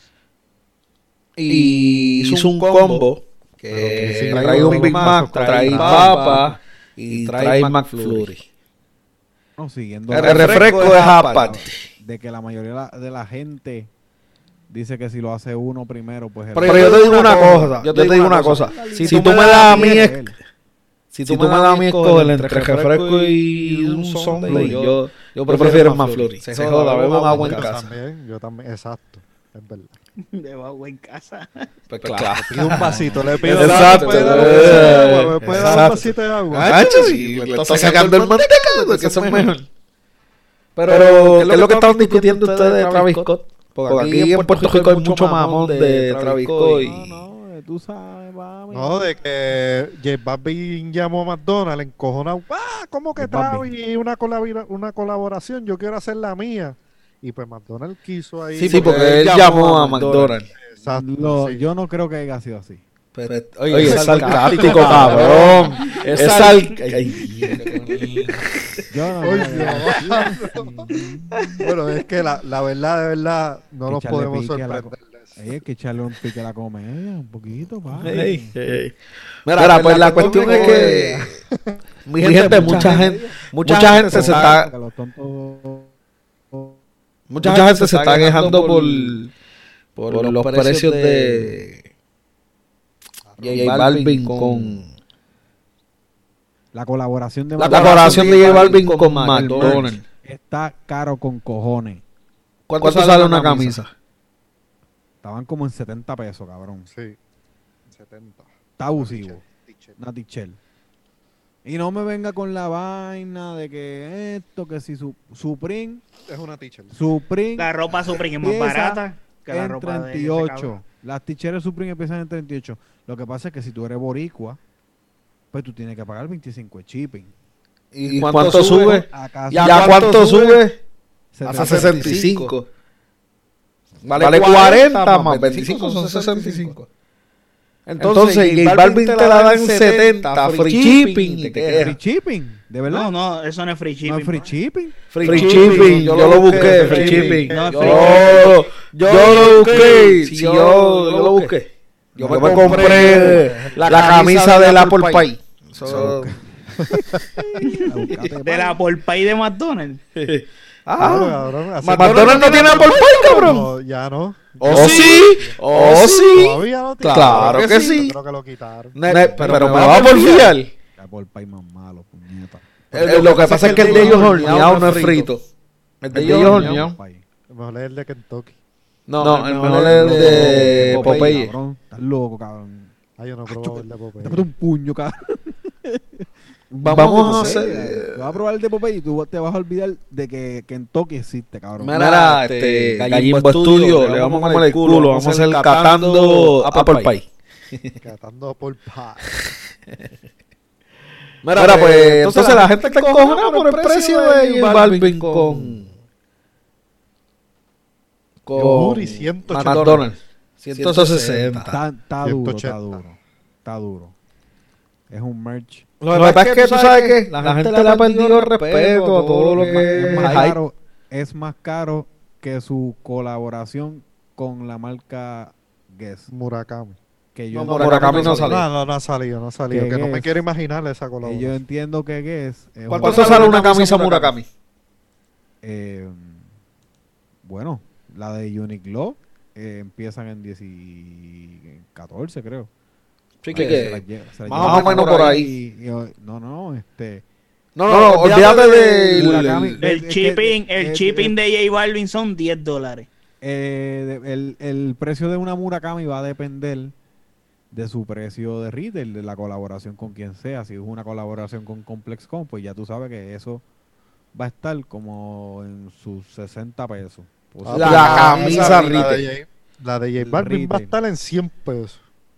Speaker 2: Y hizo un combo que
Speaker 3: sí,
Speaker 2: trae un Big Mac, trae papa y trae McFlurry.
Speaker 4: No, siguiendo
Speaker 2: El refresco es aparte.
Speaker 4: de que la mayoría de la, de la gente dice que si lo hace uno primero, pues el-
Speaker 2: Pero yo te digo una cosa, yo te digo una cosa. Si tú me das a mí, es- si tú me das a mí escoger entre refresco y un sundae, yo yo prefiero el McFlurry. Se joda, bebo agua en
Speaker 3: Yo
Speaker 2: casa.
Speaker 3: también, yo también, exacto, es verdad.
Speaker 5: De agua en casa.
Speaker 2: Pues claro.
Speaker 3: Pido un vasito, le pido
Speaker 2: Exacto,
Speaker 3: ¿me puede dar un
Speaker 2: eh,
Speaker 3: vasito de agua? ¿Me puede dar un
Speaker 2: exacto.
Speaker 3: vasito de agua?
Speaker 2: Hacho, sí, le está sacando el mantecado, que eso es mejor. Pero, ¿qué es lo que estaban discutiendo ustedes de Travis Scott? Porque aquí en Puerto Rico hay mucho mamón de Travis Scott.
Speaker 4: No,
Speaker 2: y-
Speaker 4: no, eh, tú sabes, mami.
Speaker 3: No, de que J Balvin llamó a McDonald's encojonado. ¡Ah! ¿Cómo que
Speaker 4: J Balvin.
Speaker 3: Travis una, colabora- una colaboración? Yo quiero hacer la mía. Y pues McDonald's quiso ahí.
Speaker 2: Sí, porque él llamó a McDonald's.
Speaker 3: Exacto.
Speaker 4: Lo-
Speaker 3: sí.
Speaker 4: Yo no creo que haya sido así.
Speaker 2: Pero, oye, es sarcástico, cabrón. Es sarcástico.
Speaker 4: Yo no
Speaker 3: Oye,
Speaker 4: creo que haya sido así.
Speaker 3: Bueno, es que la, la verdad, de verdad, no nos
Speaker 4: Echarle
Speaker 3: podemos
Speaker 4: pique a la
Speaker 3: sorprender. de eso.
Speaker 4: Ey, hay que echarle un pique a la comedia, un poquito, pa.
Speaker 2: Ey, ey. Mira, pues la cuestión es que mi gente, mucha gente, mucha gente se está,
Speaker 4: Que los tontos-
Speaker 2: mucha gente se está quejando por por los precios de J Balvin con
Speaker 4: La colaboración de
Speaker 2: la
Speaker 4: McDonald's
Speaker 2: colaboración de J Balvin con McDonald's.
Speaker 4: está caro con cojones.
Speaker 2: ¿Cuánto sale una camisa?
Speaker 4: Estaban como en setenta pesos, cabrón.
Speaker 3: Sí. setenta.
Speaker 4: Está abusivo. Una tichel. Y no me venga con la vaina de que esto, que si su, Supreme,
Speaker 3: Es una teacher.
Speaker 4: Supreme
Speaker 5: La ropa Supreme es más
Speaker 4: Empieza
Speaker 5: barata que la
Speaker 4: en
Speaker 5: ropa de
Speaker 4: treinta y
Speaker 5: ese
Speaker 4: ocho.
Speaker 5: cabrón.
Speaker 4: Las ticheras Supreme empiezan en treinta y ocho. Lo que pasa es que si tú eres boricua, pues tú tienes que pagar veinticinco de shipping.
Speaker 2: ¿Y cuánto sube?
Speaker 4: Acá
Speaker 2: ¿Ya cuánto sube?
Speaker 4: se
Speaker 2: Hasta
Speaker 4: te-
Speaker 2: sesenta y cinco. Vale cuarenta más veinticinco, son sesenta y cinco. Entonces, J Balvin te la da en setenta, free shipping. y te quedas.
Speaker 4: Free shipping, de verdad.
Speaker 5: No, no, eso no es free shipping.
Speaker 4: No es free
Speaker 5: pa.
Speaker 4: shipping.
Speaker 2: Free shipping, yo lo busqué, free shipping.
Speaker 5: No,
Speaker 2: Yo,
Speaker 5: free
Speaker 2: yo lo busqué, si yo, yo lo busqué. Yo me compré la camisa del Apple Pie. Eso-
Speaker 5: De la por pay de McDonald's.
Speaker 2: Ah,
Speaker 3: cabrón. así-
Speaker 2: McDonald's no tiene Apple Pie, cabrón.
Speaker 3: No, ya no.
Speaker 2: ¿O sí? ¿O sí?
Speaker 3: Todavía no tiene.
Speaker 2: Claro que
Speaker 3: Yo
Speaker 2: sí.
Speaker 3: creo que lo quitaron.
Speaker 2: Ne- Pero me va a porfiar.
Speaker 4: Apple Pie más malo, puñeta.
Speaker 2: Eh, Lo que pasa es que el de ellos horneado no es frito. El de ellos horneado.
Speaker 4: Pie.
Speaker 3: Mejor es el de Kentucky.
Speaker 2: No, el mejor es el de Popeye.
Speaker 4: Cabrón, estás loco, cabrón.
Speaker 3: Ah, yo no probaba el de Popeye.
Speaker 4: Dame un puño, cabrón.
Speaker 2: Vamos a
Speaker 4: Popeye.
Speaker 2: hacer...
Speaker 4: Tú vas a probar el de Popeye y tú te vas a olvidar de que Kentucky existe, cabrón.
Speaker 2: Mira, este, Gallimbo Studio, le vamos a comer el culo, vamos a hacer catando Apple Pie.
Speaker 3: Catando por pie.
Speaker 2: Mira, pues, entonces la gente está encojonada por el precio de J Balvin con...
Speaker 3: Yo
Speaker 2: Con
Speaker 3: juro y ciento ochenta.
Speaker 2: McDonald's. ciento sesenta.
Speaker 4: Está, está duro, está
Speaker 3: ciento ochenta.
Speaker 4: duro. Está duro. Es un merch.
Speaker 2: Lo que pasa es que tú sabes que la gente le ha perdido el respeto a todo lo
Speaker 4: Es más,
Speaker 2: que
Speaker 4: es más
Speaker 2: es
Speaker 4: caro, es más caro que su colaboración con la marca Guess.
Speaker 3: Murakami.
Speaker 4: Que yo,
Speaker 2: No, Murakami no
Speaker 3: No,
Speaker 2: salió.
Speaker 3: no, no ha salido, no ha salido.
Speaker 4: ¿Qué
Speaker 3: Que no me
Speaker 4: es?
Speaker 3: quiero imaginar esa
Speaker 4: que
Speaker 3: colaboración.
Speaker 4: yo entiendo que Guess es
Speaker 2: ¿Cuánto
Speaker 4: un-
Speaker 2: se sale una camisa Murakami?
Speaker 4: Eh, bueno, la de Uniqlo eh, empiezan en diez y catorce, creo.
Speaker 2: Sí,
Speaker 4: Ahí
Speaker 2: que-
Speaker 4: se las lle- se las
Speaker 2: más
Speaker 4: llevan
Speaker 2: o menos por ahí.
Speaker 4: y- y- no, no, este...
Speaker 2: No, no, olvídate del...
Speaker 4: Murakami.
Speaker 2: el-
Speaker 5: El
Speaker 4: Es que-
Speaker 5: shipping,
Speaker 4: es-
Speaker 5: el
Speaker 4: es-
Speaker 5: shipping de J Balvin son diez dólares.
Speaker 4: Eh, de- el, el precio de una Murakami va a depender de su precio de retail, de la colaboración con quien sea. Si es una colaboración con ComplexCon, pues ya tú sabes que eso va a estar como en sus sesenta pesos. Pues,
Speaker 3: Ah,
Speaker 2: La
Speaker 3: pues
Speaker 2: camisa
Speaker 3: la
Speaker 2: retail.
Speaker 3: de J- La de J
Speaker 4: El
Speaker 3: Balvin va a
Speaker 4: retail.
Speaker 3: estar en cien pesos.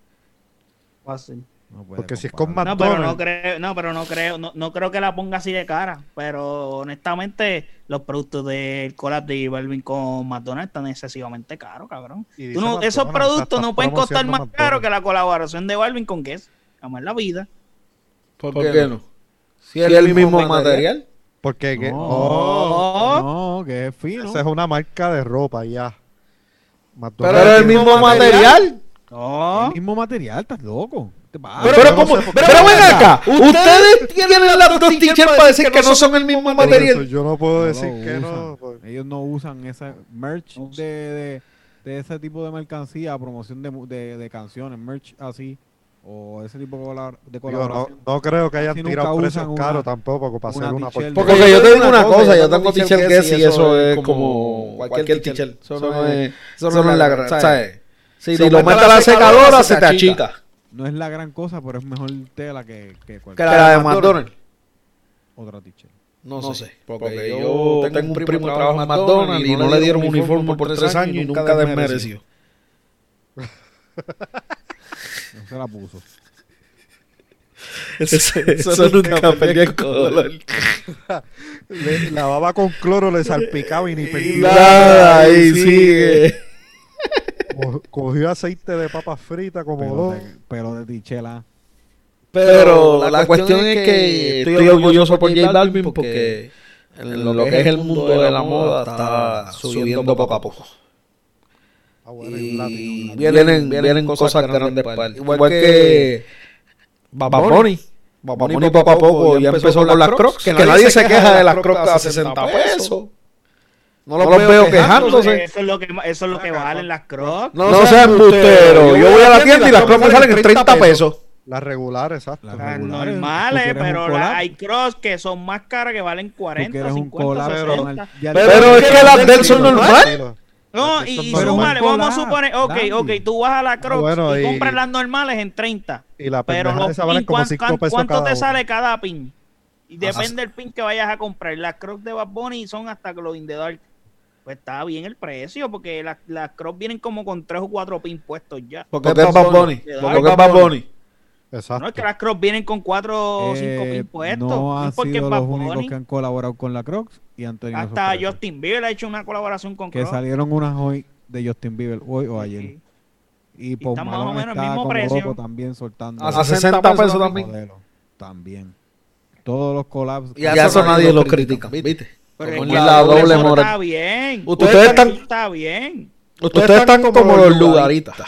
Speaker 4: no puede
Speaker 3: porque si es con
Speaker 4: comparar.
Speaker 5: No, pero no
Speaker 3: McDonald's.
Speaker 5: creo, no, pero no creo, no, no creo que la ponga así de cara. Pero honestamente, los productos del collab de J Balvin con McDonald's están excesivamente caros, cabrón.
Speaker 3: Y
Speaker 5: Tú
Speaker 3: dice
Speaker 5: no- esos
Speaker 3: McDonald's,
Speaker 5: productos
Speaker 3: estás
Speaker 5: no pueden costar
Speaker 3: promocionando
Speaker 5: más
Speaker 3: McDonald's.
Speaker 5: caro que la colaboración de Balvin con Guess. Jamás en la vida.
Speaker 2: ¿Por qué no? Si es el mismo material.
Speaker 3: Porque que-
Speaker 4: No,
Speaker 3: oh,
Speaker 4: no, que es fino.
Speaker 3: esa es una marca de ropa ya.
Speaker 2: Pero
Speaker 3: McDonald's
Speaker 2: es el
Speaker 3: tiene
Speaker 2: mismo material.
Speaker 5: No.
Speaker 4: El mismo material, estás loco. ¿Qué te pasa?
Speaker 2: Pero,
Speaker 3: yo no
Speaker 2: ¿cómo?
Speaker 3: sé por qué.
Speaker 2: Pero ven acá, ustedes tienen las dos t-shirts para decir que no son el mismo
Speaker 3: Por eso
Speaker 2: material.
Speaker 3: yo no puedo
Speaker 4: No
Speaker 3: decir
Speaker 4: lo
Speaker 3: que
Speaker 4: usan.
Speaker 3: no. pues.
Speaker 4: Ellos no usan esa merch
Speaker 5: No
Speaker 4: de, de, de ese tipo de mercancía, promoción de, mu- de, de canciones, merch así, o ese tipo de colab- de
Speaker 3: Digo, no,
Speaker 4: colaboración.
Speaker 3: no creo que hayan
Speaker 4: Casi
Speaker 3: tirado
Speaker 4: nunca
Speaker 3: precios
Speaker 4: usan una-
Speaker 3: caros tampoco para
Speaker 4: una
Speaker 3: hacer una
Speaker 4: t-shirt
Speaker 3: porquería.
Speaker 2: Porque yo te digo una cosa, yo tengo t-shirt Guess y eso es como cualquier t-shirt. Eso no es, eso no es la gran, ¿sabes? Si lo metes a la secadora se te achica.
Speaker 4: No es la gran cosa, pero es mejor tela que, que
Speaker 2: Que
Speaker 4: cualquier
Speaker 2: la de McDonald's.
Speaker 4: otra t-shirt.
Speaker 2: No, sé, porque yo tengo un primo que trabaja en McDonald's y no le dieron uniforme por tres años y nunca desmereció.
Speaker 4: No se la puso.
Speaker 2: Eso, eso nunca perdió el color.
Speaker 3: Le lavaba con cloro, le salpicaba y ni película.
Speaker 2: Nada, ahí sigue.
Speaker 3: Co- Cogió aceite de papas fritas como
Speaker 4: Pero
Speaker 3: dos.
Speaker 4: de, pero de tichela.
Speaker 2: Pero la cuestión es que estoy orgulloso por J Balvin porque en lo que es el mundo de la moda está subiendo poco a poco.
Speaker 3: Ah, bueno, y un
Speaker 2: Y
Speaker 3: latino.
Speaker 2: vienen, vienen cosas grandes para él. Igual que Bad Bunny. Bad Bunny poco a poco ya empezó con las Crocs. Que nadie se queja de las Crocs a sesenta pesos. No los veo quejándose.
Speaker 5: Eso es lo que, eso es lo que valen las Crocs.
Speaker 2: No seas embustero. Yo voy a la tienda y las Crocs me salen en treinta pesos.
Speaker 3: Las regulares, exacto.
Speaker 4: Las
Speaker 5: Las
Speaker 4: regulares. ¿Tú
Speaker 5: normales,
Speaker 4: quieres un
Speaker 5: pero
Speaker 4: collab?
Speaker 5: las- hay Crocs que son más caras que valen
Speaker 4: Tú
Speaker 5: cuarenta,
Speaker 4: quieres un
Speaker 5: cincuenta,
Speaker 4: collab
Speaker 3: pero-
Speaker 5: sesenta.
Speaker 4: con el- ya
Speaker 2: Pero
Speaker 4: le-
Speaker 2: es que las de él son
Speaker 3: Sí,
Speaker 2: normales.
Speaker 3: los-
Speaker 5: No,
Speaker 3: las
Speaker 5: y,
Speaker 3: son
Speaker 5: y
Speaker 3: normales.
Speaker 5: súmale,
Speaker 4: Pero un
Speaker 5: vamos a
Speaker 4: collab,
Speaker 5: suponer, ok,
Speaker 4: Dandy.
Speaker 5: ok, tú vas a la Crocs
Speaker 3: bueno,
Speaker 5: y,
Speaker 3: y-
Speaker 5: compras las normales en treinta.
Speaker 3: Y la
Speaker 5: Pero
Speaker 3: pendeja
Speaker 5: los
Speaker 3: esa valen
Speaker 5: pin,
Speaker 3: como
Speaker 5: ¿cuán-
Speaker 3: cinco
Speaker 5: cuán-
Speaker 3: pesos
Speaker 5: ¿cuánto
Speaker 3: cada
Speaker 5: te
Speaker 3: uno.
Speaker 5: sale cada pin? Y depende del pin que vayas a comprar. Las Crocs de Bad Bunny son hasta que los in the dark. Pues está bien el precio, porque las, las Crocs vienen como con tres o cuatro pin puestos ya.
Speaker 2: Porque es Bad Bunny. Porque es Bad Bunny.
Speaker 3: Exacto.
Speaker 5: No es que las Crocs vienen con cuatro o cinco
Speaker 4: Eh,
Speaker 5: pin puestos.
Speaker 4: no
Speaker 5: No
Speaker 4: han
Speaker 5: es porque
Speaker 4: sido
Speaker 5: es Bad
Speaker 4: los únicos
Speaker 5: Bunny.
Speaker 4: que han colaborado con la Crocs y han tenido esos
Speaker 5: Hasta
Speaker 4: precios.
Speaker 5: Justin Bieber ha hecho una colaboración con
Speaker 4: Que
Speaker 5: Crocs.
Speaker 4: salieron unas hoy de Justin Bieber, hoy o ayer.
Speaker 5: Sí.
Speaker 4: Y Post
Speaker 5: está más o
Speaker 4: Malone
Speaker 5: menos el
Speaker 4: está
Speaker 5: mismo
Speaker 4: como
Speaker 5: precio.
Speaker 4: loco también soltando
Speaker 2: A sesenta pesos también.
Speaker 4: modelos. También. Todos los collabs.
Speaker 2: Y a eso nadie los critica, ¿viste?
Speaker 5: Pero
Speaker 2: Como
Speaker 5: es
Speaker 2: en
Speaker 5: que
Speaker 2: la doble
Speaker 5: eso
Speaker 2: moral.
Speaker 5: está bien.
Speaker 2: Ustedes
Speaker 5: Eso
Speaker 2: están-
Speaker 5: está bien.
Speaker 2: Ustedes están como los lugaristas.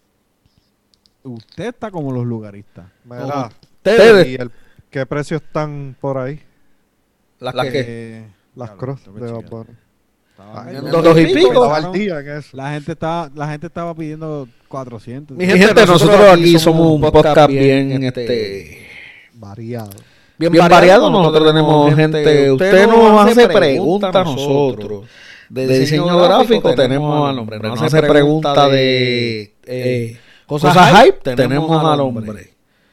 Speaker 4: Usted está como los lugaristas.
Speaker 3: Mira,
Speaker 2: Ustedes.
Speaker 3: ¿y el, qué precios están por ahí?
Speaker 2: ¿Las que?
Speaker 4: Eh,
Speaker 3: Las
Speaker 4: claro,
Speaker 3: Crocs
Speaker 4: tengo
Speaker 3: de
Speaker 4: que
Speaker 3: Bad
Speaker 4: chequear.
Speaker 3: Bunny.
Speaker 4: Estaba-
Speaker 3: Ay,
Speaker 2: En
Speaker 3: no,
Speaker 2: dos
Speaker 3: no,
Speaker 2: y
Speaker 3: no,
Speaker 2: pico.
Speaker 3: Estaba al día en eso.
Speaker 4: La gente estaba, la gente estaba pidiendo cuatrocientos.
Speaker 2: Mi gente, nosotros aquí somos un podcast bien, este,
Speaker 3: Variado.
Speaker 2: bien variado. Nosotros tenemos gente. Usted nos hace preguntas a nosotros de diseño gráfico. Tenemos al hombre. Nos hace preguntas de eh, cosas hype. Tenemos al hombre.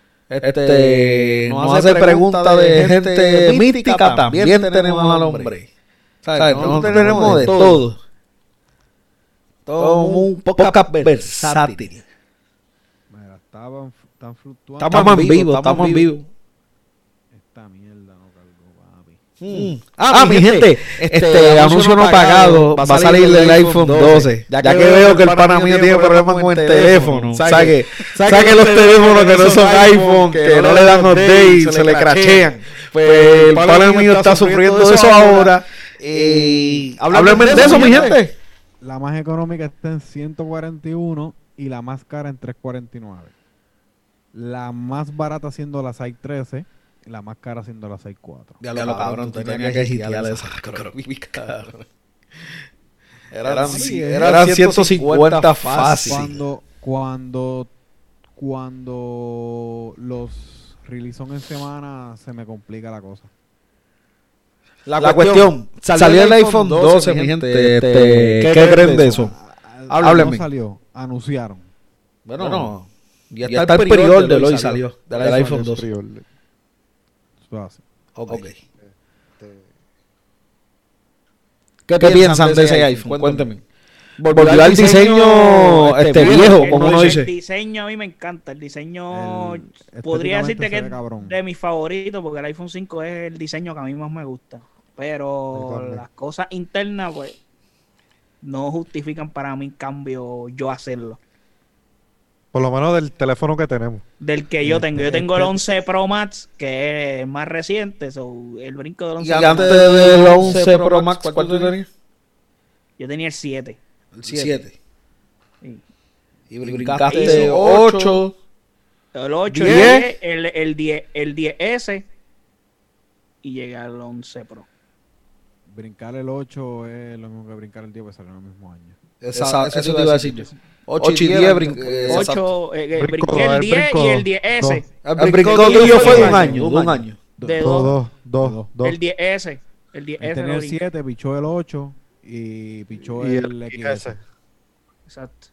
Speaker 2: Este, nos hace preguntas de gente mística. También tenemos al hombre. ¿Sabes? Nosotros tenemos de todo. Todo un podcast versátil.
Speaker 4: Mira, estaban, están fluctuando.
Speaker 2: Estamos en vivo, estamos en vivo.
Speaker 4: Esta mierda no cargó, papi.
Speaker 2: Mm. Ah, ah, mi gente, este, este anuncio no pagado, va a salir el iPhone doce. Ya que, ya que veo que el pana mío tiene problemas con el teléfono. Saque, saque los teléfonos que no son iPhone, que no le dan update, se le crachean. Pues el pana mío está sufriendo de eso ahora. Y háblenme de eso, mi gente.
Speaker 4: La más económica está en ciento cuarenta y uno y la más cara en trescientos cuarenta y nueve. La más barata siendo la seis trece. La más cara siendo la seis cuatro.
Speaker 2: Ya lo cabrón, cabrón, tú tenías que hitearle esa gráfica. Eran, sí, eran, eran ciento cincuenta fácil.
Speaker 4: Cuando, cuando, cuando los release son en semana, se me complica la cosa.
Speaker 2: La, la cuestión, cuestión salió el iPhone doce, mi gente. Este, ¿Qué, ¿Qué creen de eso?
Speaker 4: Háblenme. No salió, anunciaron.
Speaker 2: Bueno, no. Ya, ya está el periodo de hoy salió, del iPhone doce.
Speaker 3: Okay.
Speaker 2: Okay. ¿Qué, ¿Qué piensan de ese iPhone? Cuéntame. Volvió al diseño este, este viejo, como uno dice.
Speaker 5: El diseño a mí me encanta. El diseño, el, podría decirte que es de mis favoritos, porque el iPhone cinco es el diseño que a mí más me gusta. Pero las cosas internas, pues, no justifican para mí cambio yo hacerlo.
Speaker 3: Por lo menos del teléfono que tenemos.
Speaker 5: Del que yo tengo. Yo tengo el once Pro Max, que es más reciente. So, el brinco del once.
Speaker 2: ¿Y antes del once Pro Max, cuál tú tenías?
Speaker 5: Yo tenía el siete.
Speaker 2: El siete.
Speaker 5: Sí.
Speaker 2: Y brincaste ocho.
Speaker 5: El ocho, diez, el, el, diez, el diez S. Y llegué al once Pro.
Speaker 4: Brincar el ocho es lo mismo que brincar el diez, pues salió en el mismo año.
Speaker 2: Esa, eso, eso, eso te iba a decir yo. ocho y diez brinqué.
Speaker 5: ocho, eh, eh, brinqué el diez y el diez S.
Speaker 2: El brinco tuyo fue de un año. De un año.
Speaker 5: De
Speaker 3: dos. Dos. Dos.
Speaker 5: El diez S. El diez S.
Speaker 4: Tenía el siete, pichó el ocho y pichó
Speaker 3: y
Speaker 4: el, el
Speaker 3: X S.
Speaker 5: Exacto.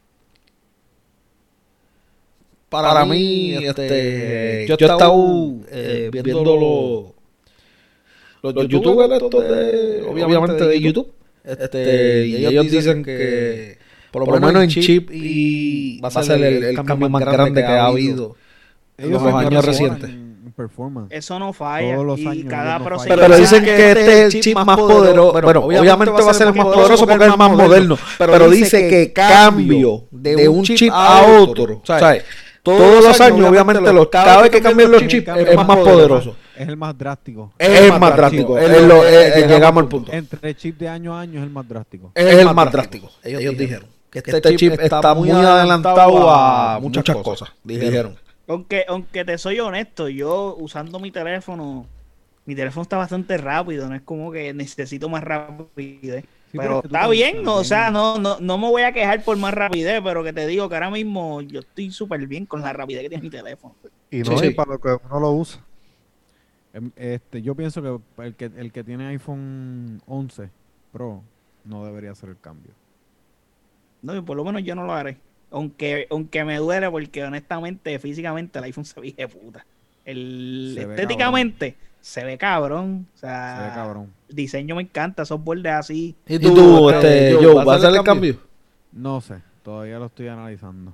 Speaker 2: Para, Para mí, este, yo he estado eh, viendo los, los, los youtubers estos de, obviamente de YouTube. Este, y ellos dicen que por lo menos en chip y va a ser el, el cambio más grande que ha habido en los años recientes.
Speaker 4: Performance.
Speaker 5: Eso no falla.
Speaker 4: Todos los
Speaker 5: y
Speaker 4: años
Speaker 5: cada
Speaker 4: no
Speaker 5: proceso.
Speaker 2: Pero dicen que este es el chip más poderoso. Bueno, bueno, obviamente va a ser el más poderoso porque es el más moderno. Pero dice que cambio de un chip a otro, ¿sabes? Todos los años, obviamente, los, cada vez que cambian los chips es más poderoso.
Speaker 4: Es el más drástico.
Speaker 2: Es el más drástico. Llegamos al punto.
Speaker 4: Entre el chip de año a año es el más drástico.
Speaker 2: Es el más drástico. Ellos dijeron que este chip está muy adelantado a muchas cosas. Dijeron.
Speaker 5: Aunque, aunque te soy honesto, yo usando mi teléfono, mi teléfono está bastante rápido, no es como que necesito más rapidez. Sí, pero está bien, no, o sea, no, no, no me voy a quejar por más rapidez, pero que te digo que ahora mismo yo estoy súper bien con la rapidez que tiene mi teléfono.
Speaker 3: Y no
Speaker 2: sí,
Speaker 3: es
Speaker 2: sí.
Speaker 3: para lo que uno lo usa.
Speaker 4: Este, yo pienso que el que el que tiene iPhone once Pro no debería hacer el cambio.
Speaker 5: No, y por lo menos yo no lo haré. Aunque, aunque me duele porque honestamente, físicamente el iPhone se ve de puta. El,
Speaker 4: se
Speaker 5: estéticamente se ve cabrón. O sea,
Speaker 4: se ve cabrón.
Speaker 5: El diseño me encanta, esos bordes así.
Speaker 2: ¿Y tú, ¿Y tú este, Joe, Joe, vas a hacer el cambio?
Speaker 4: No sé, todavía lo estoy analizando.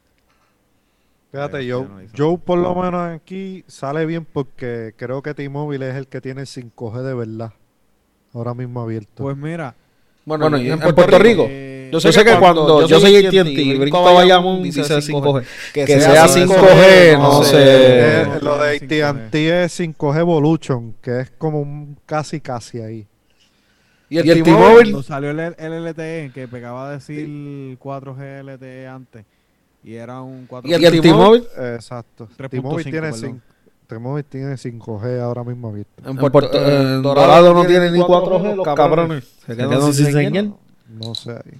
Speaker 3: Fíjate, Joe, Joe por lo menos aquí sale bien porque creo que T-Mobile es el que tiene cinco G de verdad. Ahora mismo abierto.
Speaker 4: Pues mira.
Speaker 2: Bueno, bueno en, en Puerto, Puerto Rico. Eh, yo, sé yo sé que, que cuando, cuando yo soy A T and T y brinco a Bayamón dice cinco G. Que, que sea cinco G, no sé.
Speaker 3: Eh, lo de A T and T es cinco G Evolution, que es como un casi casi ahí.
Speaker 2: Y el, el T-Mobile.
Speaker 4: Cuando salió el, el L T E, que pegaba a decir sí. cuatro G L T E antes. Y era un cuatro G.
Speaker 2: ¿Y el T-Mobile?
Speaker 3: Exacto. T-Mobile tiene, T-Mobile tiene cinco G ahora mismo abierto.
Speaker 2: En Puerto eh, en Dorado no tiene ni cuatro G, los cabrones. Se quedan sin señal.
Speaker 3: No sé ahí.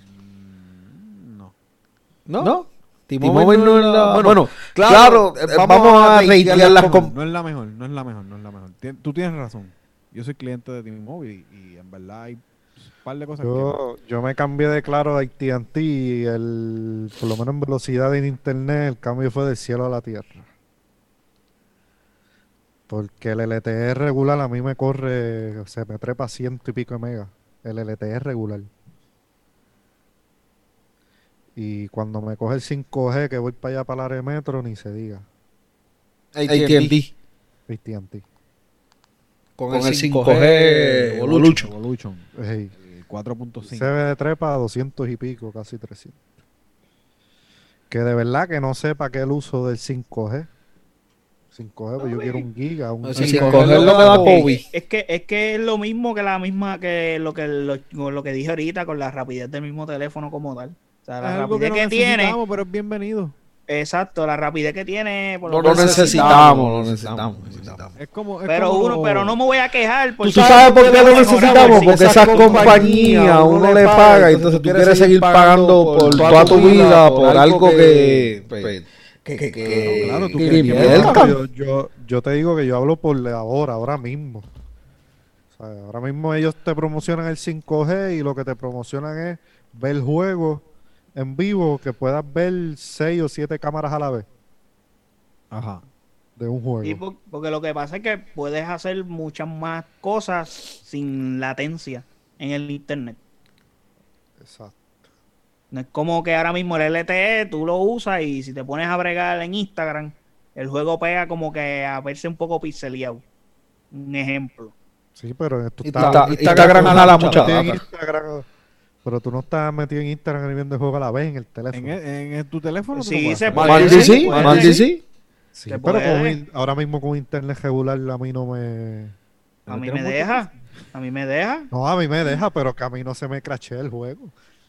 Speaker 4: No.
Speaker 2: ¿No? ¿No? T-Mobile no es la... Bueno, bueno claro, claro, vamos, vamos a reiterar las... Com
Speaker 4: no es la mejor, no es la mejor, no es la mejor. Tien tú tienes razón. Yo soy cliente de T-Mobile y, y en verdad hay un par de cosas
Speaker 3: yo, que... Yo me cambié de claro a A T and T y el, por lo menos en velocidad en internet el cambio fue del cielo a la tierra. Porque el L T E regular a mí me corre, se me trepa ciento y pico de megas. El L T E regular. Y cuando me coge el cinco G que voy para allá para el área metro, ni se diga.
Speaker 2: A T and T.
Speaker 3: A T and T.
Speaker 2: con el cinco G Evolution.
Speaker 4: Evolution.
Speaker 3: Ey,
Speaker 4: cuatro punto cinco.
Speaker 3: se ve trepa a doscientos y pico, casi trescientos. Que de verdad que no sé para qué el uso del cinco G. cinco G, pues yo quiero un giga. Un
Speaker 2: El
Speaker 3: giga.
Speaker 2: cinco G es lo que da COVID.
Speaker 5: Es que, es que es lo mismo que la misma que lo que lo, lo que dije ahorita con la rapidez del mismo teléfono como tal. O sea, la
Speaker 4: Es algo
Speaker 5: rapidez
Speaker 4: que,
Speaker 5: que,
Speaker 4: no
Speaker 5: tiene.
Speaker 4: necesitamos, pero es bienvenido.
Speaker 5: Exacto, la rapidez que tiene. Por
Speaker 2: No
Speaker 5: lo
Speaker 2: lo
Speaker 5: menos
Speaker 2: necesitamos, lo necesitamos. necesitamos.
Speaker 4: Es como, es
Speaker 5: Pero
Speaker 4: como-
Speaker 5: uno, pero no me voy a quejar.
Speaker 2: ¿Tú sabes por qué lo necesitamos? Porque esas compañías uno le paga y entonces tú quieres seguir pagando por toda tu vida por algo que... pues, que, que, que,
Speaker 4: Claro, tú
Speaker 2: que
Speaker 4: quieres-
Speaker 2: inviertan.
Speaker 3: yo, yo, yo te digo que yo hablo por ahora, ahora mismo. O sea, ahora mismo ellos te promocionan el cinco G y lo que te promocionan es ver juegos en vivo que puedas ver seis o siete cámaras a la vez
Speaker 4: Ajá.
Speaker 3: de un juego.
Speaker 5: Sí, por- porque lo que pasa es que puedes hacer muchas más cosas sin latencia en el internet.
Speaker 3: Exacto.
Speaker 5: No es como que ahora mismo el L T E tú lo usas y si te pones a bregar en Instagram, el juego pega como que a verse un poco pixeleado. Un ejemplo.
Speaker 3: Sí, pero tú
Speaker 2: Insta-
Speaker 3: estás
Speaker 2: Instagram
Speaker 3: tú
Speaker 2: jala
Speaker 3: estás
Speaker 2: mucha
Speaker 3: metido en
Speaker 2: data.
Speaker 3: Instagram, pero tú no estás metido en Instagram ni viendo el juego a la vez en el teléfono.
Speaker 4: En, en, en tu teléfono. tú
Speaker 5: Sí,
Speaker 4: lo puedes
Speaker 5: se
Speaker 4: hacer.
Speaker 5: puede.
Speaker 2: Mandy sí,
Speaker 5: puede.
Speaker 2: Mandy sí.
Speaker 3: Sí,
Speaker 5: Se
Speaker 3: pero con
Speaker 5: puede.
Speaker 3: in- ahora mismo con internet regular a mí no me...
Speaker 5: A mí
Speaker 4: ¿Tienes
Speaker 5: me
Speaker 4: mucho
Speaker 5: deja. A mí me deja.
Speaker 3: No, a mí me deja, pero que a mí no se me crashea el juego.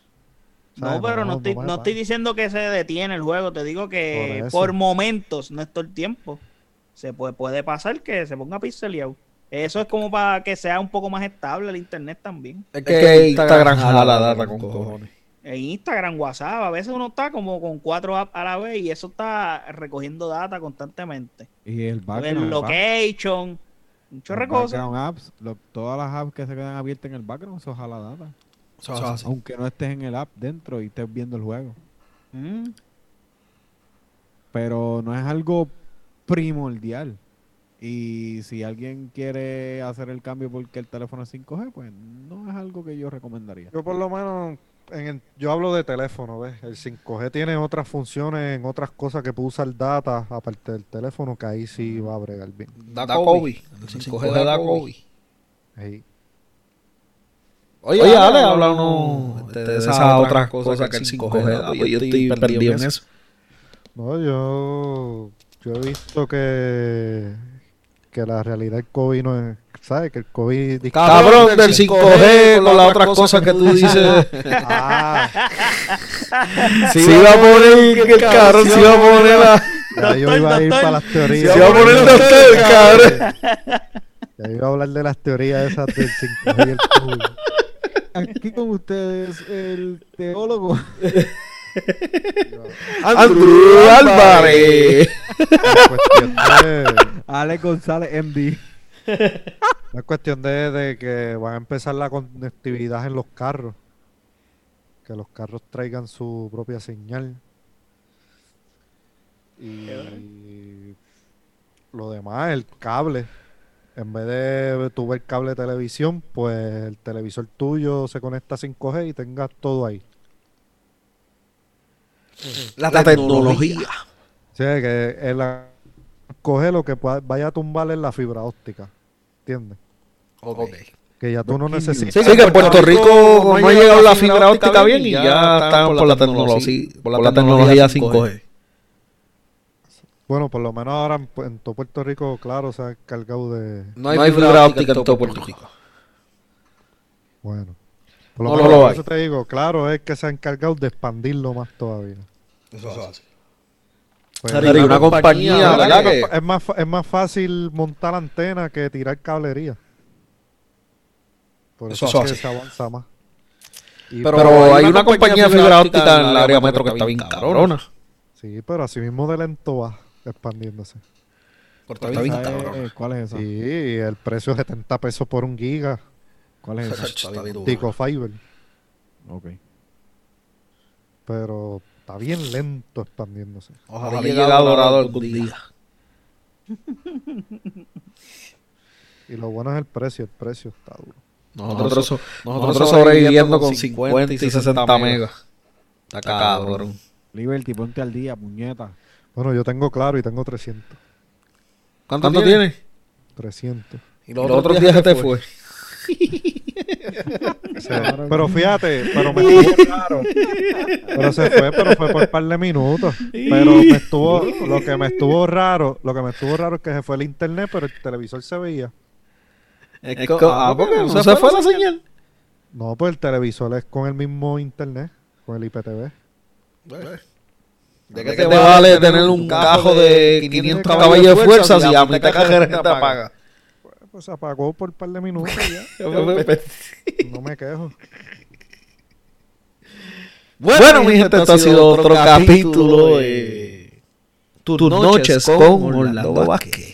Speaker 5: No,
Speaker 3: ¿Sabes?
Speaker 5: pero no,
Speaker 3: No,
Speaker 5: estoy,
Speaker 3: no me
Speaker 5: no
Speaker 3: pasa.
Speaker 5: estoy diciendo que se detiene el juego. Te digo que
Speaker 3: Por
Speaker 5: por,
Speaker 3: eso.
Speaker 5: momentos, no es todo el tiempo, se puede, puede pasar que se ponga pixeleado. Eso es como para que sea un poco más estable el internet también.
Speaker 2: Es que Instagram jala data con cojones.
Speaker 5: En Instagram, WhatsApp, a veces uno está como con cuatro apps a la vez y eso está recogiendo data constantemente.
Speaker 4: Y el
Speaker 5: El
Speaker 4: background.
Speaker 5: location, un chorro de
Speaker 4: el
Speaker 5: cosas.
Speaker 4: background apps, lo- todas las apps que se quedan abiertas en el background, eso jala data.
Speaker 2: Eso es así.
Speaker 4: Aunque no estés en el app dentro y estés viendo el juego.
Speaker 5: Mm.
Speaker 4: Pero no es algo primordial. Y si alguien quiere hacer el cambio porque el teléfono es cinco G, pues no es algo que yo recomendaría.
Speaker 3: Yo por lo menos, en el- yo hablo de teléfono, ¿ves? El cinco G tiene otras funciones en otras cosas que puede usar data, aparte del teléfono, que ahí sí va a bregar bien.
Speaker 2: Da COVID. El cinco G da COVID.
Speaker 3: Ahí.
Speaker 2: Oye, Oye Ale, háblanos este, de esas otras cosas que el cinco G da. Pues yo estoy perdido en eso.
Speaker 3: No, yo, yo he visto que, que la realidad del COVID no es, ¿sabes? Que el COVID...
Speaker 2: Cabrón, del cinco G con las otras cosas que tú dices.
Speaker 3: Ah,
Speaker 2: Si iba a poner que el cabrón se iba a poner la...
Speaker 3: ya yo iba a ir para las teorías.
Speaker 2: Se iba a poner el doctor, cabrón.
Speaker 3: Ya iba a hablar de las teorías esas del cinco G y el COVID.
Speaker 4: Aquí con ustedes, el teólogo.
Speaker 2: Andrew Álvarez.
Speaker 3: La cuestión de,
Speaker 4: Alex González, M D.
Speaker 3: la cuestión de, de que van a empezar la conectividad en los carros. Que los carros traigan su propia señal. Y lo demás, el cable. En vez de tu ver cable de televisión, pues el televisor tuyo se conecta a cinco G y tengas todo ahí.
Speaker 2: La tecnología.
Speaker 3: O sea, que el coge lo que pueda- vaya a tumbar en la fibra óptica. ¿Entiendes?
Speaker 2: Ok.
Speaker 3: Que ya tú no necesitas.
Speaker 2: Sí, que en Puerto Rico no ha llegado la fibra óptica bien y ya están por la tecnología, por la tecnología cinco G.
Speaker 3: Bueno, por lo menos ahora en, Pu- en todo Puerto Rico, claro, se ha encargado de.
Speaker 2: No hay fibra óptica en todo Puerto Rico.
Speaker 3: Bueno. Por
Speaker 2: No
Speaker 3: lo
Speaker 2: lo
Speaker 3: menos
Speaker 2: hay.
Speaker 3: eso te digo, claro, es que se ha encargado de expandirlo más todavía.
Speaker 2: Eso es así.
Speaker 3: Pues,
Speaker 2: Pero y una compañía, ¿verdad?
Speaker 3: es,
Speaker 2: que-
Speaker 3: es más, fa- es más fácil montar antena que tirar cablería. Por eso,
Speaker 2: Eso
Speaker 3: es que
Speaker 2: así.
Speaker 3: se avanza más. Y-
Speaker 2: Pero hay una compañía de fibra óptica en el área metro que está bien cabrona.
Speaker 3: Sí, pero así mismo de lento va expandiéndose.
Speaker 2: Está bien
Speaker 4: ¿Sabes,
Speaker 2: cabrona.
Speaker 4: eh, ¿Cuál es esa?
Speaker 3: Sí, y el precio es setenta pesos por un giga.
Speaker 4: ¿Cuál es esa?
Speaker 2: Está bien dura.
Speaker 3: Tico Fiber.
Speaker 4: Ok.
Speaker 3: Pero está bien lento expandiéndose.
Speaker 2: Ojalá llegue a Dorado algún día.
Speaker 3: Y lo bueno es el precio, el precio está duro.
Speaker 2: Nosotros, so- nosotros sobreviviendo con cincuenta y sesenta megas. Está cabrón.
Speaker 4: Liberty, ponte al día, puñeta.
Speaker 3: Bueno, yo tengo claro y tengo trescientos.
Speaker 2: ¿Cuánto tienes?
Speaker 3: trescientos.
Speaker 2: Y los otros días se te fue.
Speaker 3: Sí, pero fíjate, pero me estuvo raro. Pero se fue, pero fue por un par de minutos. Pero me estuvo, lo que me estuvo raro, lo que me estuvo raro es que se fue el internet, pero el televisor se veía.
Speaker 2: Es co- ah, ¿por qué no se fue la señal?
Speaker 3: No, pues el televisor es con el mismo internet, con el I P T V.
Speaker 2: ¿De qué te vale tener un cajo de quinientos caballos de fuerza si a mitad de carrera te apaga?
Speaker 3: Pues se apagó por un par de minutos y ya. No me quejo.
Speaker 2: Bueno, mi gente, esto ha sido otro capítulo de Tus Noches con Orlando Vázquez.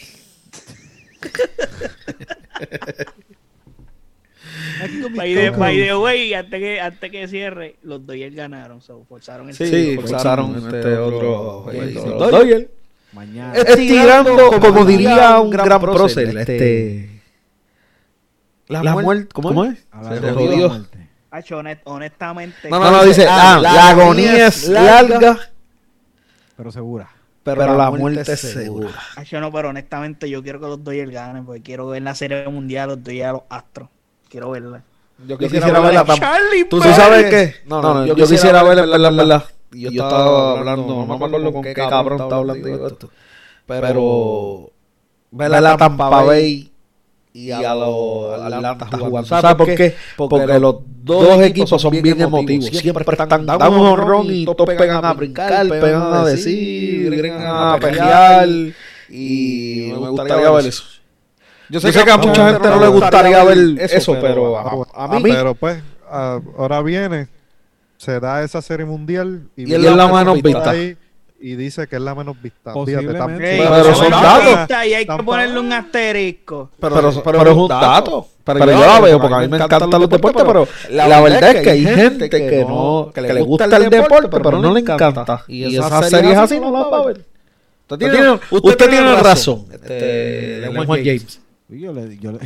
Speaker 5: By the, by the way, antes que, antes que cierre, los Dodgers ganaron, so, forzaron el
Speaker 2: Sí,
Speaker 5: sí,
Speaker 2: forzaron este otro jueguito.
Speaker 5: Sí,
Speaker 2: Los Dodgers.
Speaker 4: Mañana.
Speaker 2: Estirando, como diría un gran prócer, este... La, la muerte, ¿cómo, ¿cómo es?
Speaker 4: A la
Speaker 2: Se
Speaker 4: jodida
Speaker 2: jodió.
Speaker 4: muerte.
Speaker 5: Hacho, honest- honestamente,
Speaker 2: No, no, no, dice, ah, la agonía es larga,
Speaker 4: Pero segura.
Speaker 2: pero la muerte es segura.
Speaker 5: Hacho, no, pero honestamente yo quiero que los Dodgers ganen porque quiero ver la serie mundial, los Dodgers a los Astros. Quiero verla.
Speaker 2: Yo quisiera verla tan...
Speaker 5: Charlie
Speaker 2: ¿Tú
Speaker 5: Pérez.
Speaker 2: sí sabes qué? No, no, yo, yo quisiera verla, en verdad, en verdad. Y yo, yo estaba hablando, no me acuerdo con qué cabrón estaba hablando de esto. Pero... Verla a Tampa Bay y a los Atlanta jugando. ¿Sabes por qué? Porque los dos equipos son bien emotivos. Siempre están dando un honrón y todos pegan a brincar, pegan a decir, pegan a pelear. Y me gustaría ver eso. Yo sé, yo sé que a mucha gente no le gustaría ver eso, pero a, a mí...
Speaker 3: Pero pues, a, ahora viene, se da esa serie mundial y,
Speaker 2: Y es la menos vista.
Speaker 3: ahí y dice que es la menos vista.
Speaker 4: Posiblemente.
Speaker 3: Fíjate, tam-
Speaker 5: Ey,
Speaker 2: Pero
Speaker 5: pero
Speaker 2: son
Speaker 5: no
Speaker 2: datos.
Speaker 5: vista y hay que
Speaker 3: Tampa-
Speaker 5: ponerle un asterisco.
Speaker 2: Pero, pero, pero es un dato. Pero, pero yo la veo porque a mí me encantan los deportes, pero la verdad es que hay gente que no, que le gusta el deporte, pero no le encanta. Y esas series así no las va a ver. Usted tiene, usted tiene razón, este, LeBron James.
Speaker 4: Yo, le, yo, le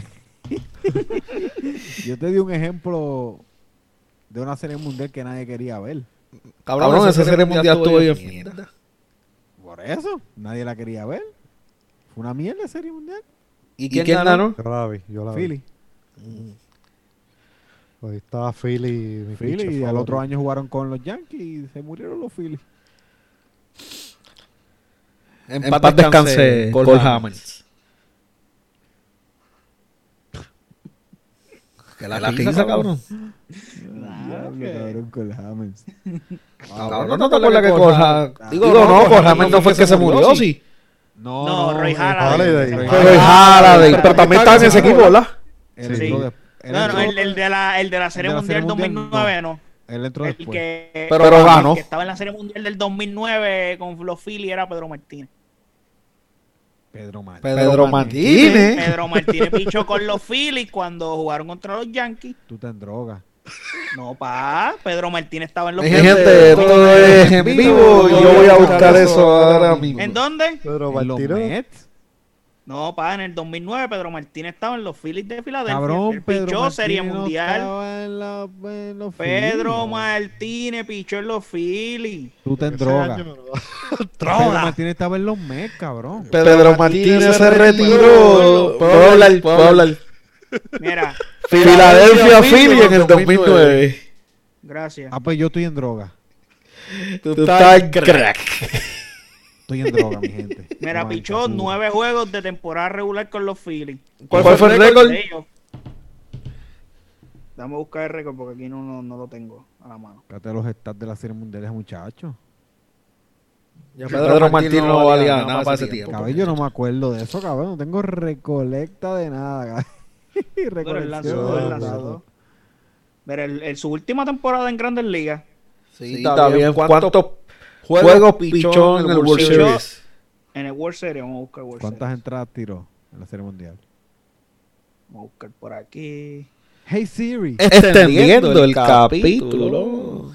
Speaker 4: yo te di un ejemplo de una serie mundial que nadie quería ver.
Speaker 2: Cabrón, esa serie mundial estuvo bien mierda.
Speaker 4: Por eso, nadie la quería ver. Fue una mierda serie mundial.
Speaker 2: ¿Y quién ganó?
Speaker 3: Yo la vi, yo la vi.
Speaker 4: Philly.
Speaker 3: Ahí estaba Philly. Mi
Speaker 4: Philly
Speaker 3: pitcher
Speaker 4: y al
Speaker 3: favorito.
Speaker 4: otro año jugaron con los Yankees y se murieron los Philly.
Speaker 2: En paz descanse Cole Hamels. Que la risa, cabrón.
Speaker 4: Diablo, cabrón, con Hamels.
Speaker 2: Cabrón, no te acuerdas que Cole Hamels... Digo, no, Cole Hamels no fue el que se murió, sí.
Speaker 4: No,
Speaker 5: No, Roy
Speaker 3: Halladay.
Speaker 5: Halladay.
Speaker 3: Roy
Speaker 2: Roy Halladay, pero también estaba en ese equipo, ¿verdad?
Speaker 4: Él
Speaker 5: Sí.
Speaker 4: entró de- él
Speaker 5: No, no,
Speaker 4: entró-
Speaker 5: el, el de la, el de la serie
Speaker 4: el de la
Speaker 5: mundial
Speaker 4: Serie Mundial,
Speaker 5: dos mil nueve, no.
Speaker 4: Él entró
Speaker 5: El
Speaker 4: después.
Speaker 5: que,
Speaker 2: Pero
Speaker 5: el
Speaker 2: ganó.
Speaker 5: que estaba en la serie mundial del dos mil nueve con los Philly era Pedro Martínez.
Speaker 4: Pedro Martínez.
Speaker 2: Pedro Martínez.
Speaker 5: Pedro Martínez pichó con los Philly cuando jugaron contra los Yankees.
Speaker 4: Tú te drogas.
Speaker 5: No, pa, Pedro Martínez estaba en los
Speaker 2: Mi
Speaker 5: Philly.
Speaker 2: gente, esto es en vivo y yo voy a buscar eso ahora mismo.
Speaker 5: ¿En dónde?
Speaker 3: Pedro
Speaker 4: En los
Speaker 3: Martínez.
Speaker 4: Mets.
Speaker 5: No, pa, en el dos mil nueve Pedro Martínez estaba en los Phillies de Filadelfia.
Speaker 4: Cabrón,
Speaker 5: Él
Speaker 4: Pedro
Speaker 5: pichó
Speaker 4: Martínez
Speaker 5: serie
Speaker 4: no
Speaker 5: mundial.
Speaker 4: estaba en la- en los
Speaker 5: Pedro
Speaker 4: Phillies.
Speaker 5: Martínez pichó en los Phillies.
Speaker 4: Tú te
Speaker 3: Ese
Speaker 4: drogas.
Speaker 3: año no.
Speaker 4: Pedro Martínez estaba en los Mets, cabrón.
Speaker 2: Pedro Martínez se retiró. Puedo hablar, puedo hablar.
Speaker 5: Mira,
Speaker 2: Filadelfia Philly en el dos mil nueve.
Speaker 5: gracias.
Speaker 4: Ah, pues yo estoy en droga.
Speaker 2: Tú estás crack.
Speaker 4: Estoy en droga, mi gente.
Speaker 5: Mira,
Speaker 4: No,
Speaker 5: pichó
Speaker 4: basura.
Speaker 5: nueve juegos de temporada regular con los Phillies.
Speaker 2: ¿Cuál fue el récord?
Speaker 5: De ellos. Dame a buscar el récord porque aquí no, no, no lo tengo a la mano.
Speaker 4: Fíjate los stats de la serie mundial, muchachos.
Speaker 2: Pedro Martínez no valía nada para ese tiempo.
Speaker 4: Cabrón, yo no me acuerdo de eso, cabrón. No tengo recolecta de nada, cabrón.
Speaker 5: Pero él
Speaker 4: Recolección
Speaker 5: lanzó,
Speaker 4: de
Speaker 5: él
Speaker 4: nada.
Speaker 5: lanzó. Mira, el, el- su última temporada en Grandes Ligas.
Speaker 2: Sí, está bien. ¿Cuántos juegos pichó en el World Series?
Speaker 5: En el World Series, vamos a buscar World
Speaker 4: ¿Cuántas
Speaker 5: Series.
Speaker 4: entradas tiró en la serie mundial?
Speaker 5: Vamos a buscar por aquí.
Speaker 4: Hey Siri.
Speaker 2: Extendiendo el capítulo.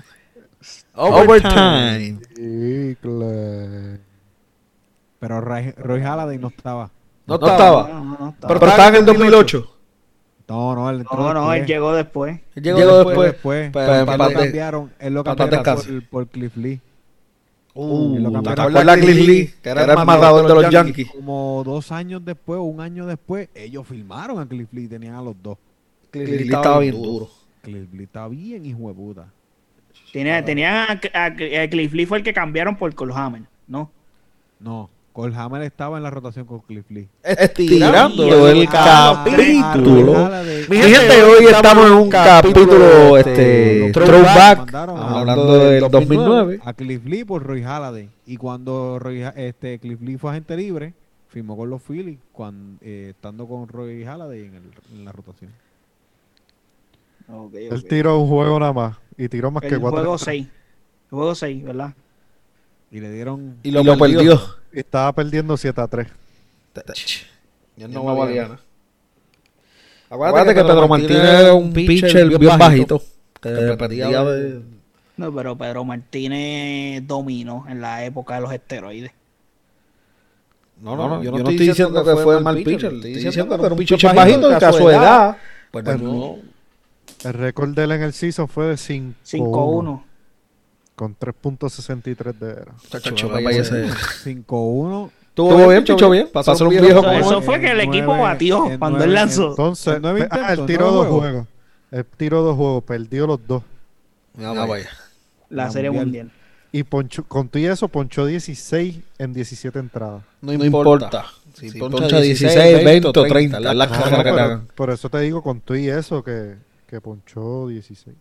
Speaker 2: Overtime.
Speaker 3: Chicle.
Speaker 4: Pero Roy, Roy Halladay no estaba.
Speaker 2: No estaba.
Speaker 5: No, no, no, está.
Speaker 2: Pero estaba en el dos mil ocho.
Speaker 4: No, no, él entró
Speaker 5: no, no,
Speaker 4: después.
Speaker 5: él llegó después.
Speaker 2: Llegó después.
Speaker 4: después.
Speaker 2: Pero
Speaker 4: Él
Speaker 2: en
Speaker 4: lo
Speaker 2: paz de-
Speaker 4: cambiaron, él lo
Speaker 2: paz de
Speaker 4: cambiaron
Speaker 2: descanso.
Speaker 4: por, por Cliff Lee.
Speaker 2: Uh,
Speaker 4: lo
Speaker 2: ¿te
Speaker 4: cambiaron
Speaker 2: acuerdas de Cliff Lee? Que era el matador de los Yankees.
Speaker 4: Como dos años después o un año después, ellos filmaron a Cliff Lee, tenían a los dos.
Speaker 2: Cliff Lee estaba bien duro.
Speaker 4: Cliff Lee está bien, hijo de puta.
Speaker 5: Tenía, tenía a, a, a Cliff Lee fue el que cambiaron por Cole Hammer, ¿no?
Speaker 4: No, Cole Hammer estaba en la rotación con Cliff Lee.
Speaker 2: Estirando el
Speaker 4: Ah,
Speaker 2: capítulo.
Speaker 4: ah, de-
Speaker 2: Mi gente, hoy estamos en un capítulo este, throwback,
Speaker 4: mandaron a-
Speaker 2: hablando del dos mil nueve.
Speaker 4: a Cliff Lee por Roy Halladay. Y cuando Roy, Ha- este, Cliff Lee fue agente libre, firmó con los Phillies, cuando, eh, estando con Roy Halladay en, el, en la rotación.
Speaker 5: Okay,
Speaker 3: Él
Speaker 5: okay.
Speaker 3: tiró un juego nada más y tiró más que
Speaker 5: El
Speaker 3: cuatro.
Speaker 5: juego seis. El juego seis, ¿verdad?
Speaker 4: Y le dieron...
Speaker 2: Y lo, perdió.
Speaker 3: Y estaba perdiendo siete a tres.
Speaker 2: Ya no valía nada. Acuérdate que Pedro Martínez era un pitcher bien bajito. Que dependía de...
Speaker 5: No, pero Pedro Martínez dominó en la época de los esteroides.
Speaker 2: No, no, no, yo no estoy diciendo que fue mal pitcher. Estoy diciendo que era un pitcher bajito que a su edad. Pues no.
Speaker 3: El récord de él en el season fue de cinco
Speaker 5: cinco uno.
Speaker 3: con tres punto sesenta y tres de era.
Speaker 2: Chacho, me parece-
Speaker 4: cinco uno.
Speaker 2: Estuvo bien, pichó bien. Para ser un viejo
Speaker 5: Eso,
Speaker 2: como
Speaker 5: eso
Speaker 2: él.
Speaker 5: fue que el
Speaker 4: en
Speaker 5: equipo
Speaker 4: nueve-
Speaker 5: batió
Speaker 4: en
Speaker 5: cuando
Speaker 4: nueve-
Speaker 5: él lanzó.
Speaker 3: Entonces,
Speaker 4: En nueve
Speaker 3: ah,
Speaker 4: intentos,
Speaker 3: él tiró
Speaker 4: nueve
Speaker 3: dos
Speaker 4: juegos.
Speaker 3: juegos. Él tiró dos juegos, perdió los dos.
Speaker 2: Ah, vaya.
Speaker 5: La
Speaker 4: La
Speaker 5: serie
Speaker 4: mundial.
Speaker 5: mundial.
Speaker 3: Y ponchó, con todo y eso, ponchó dieciséis en diecisiete entradas.
Speaker 2: No importa. Si poncha dieciséis, veinte o treinta. Las carreras que le hagan.
Speaker 3: Por eso te digo, con todo y eso, que, que ponchó dieciséis.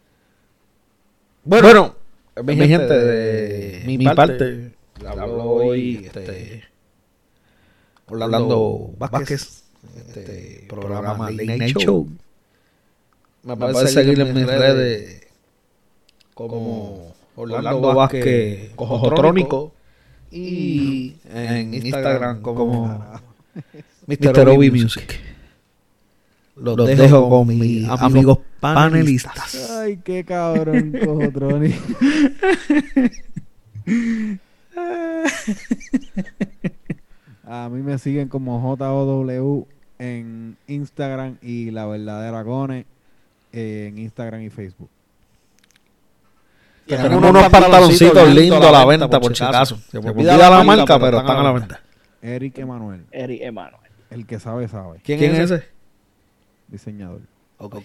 Speaker 2: Bueno, mi gente, de mi parte, le hablo hoy este, Orlando Vázquez, este programa Late Night Show. Me puedes seguir en mis redes como Orlando Vázquez Cojotrónico y en Instagram como mister Obi Music. Los dejo con mis amigos panelistas.
Speaker 4: Ay, qué cabrón, Cojotroni. A mí me siguen como J O W en Instagram y La Verdadera Gone en Instagram y Facebook.
Speaker 2: Tenemos unos pantaloncitos lindos a la venta, por si acaso. Se me olvida la marca, pero están a la venta.
Speaker 4: Eric Emanuel,
Speaker 5: Eric Emanuel.
Speaker 4: el que sabe, sabe.
Speaker 2: ¿Quién es ese?
Speaker 4: Diseñador.
Speaker 2: Ok.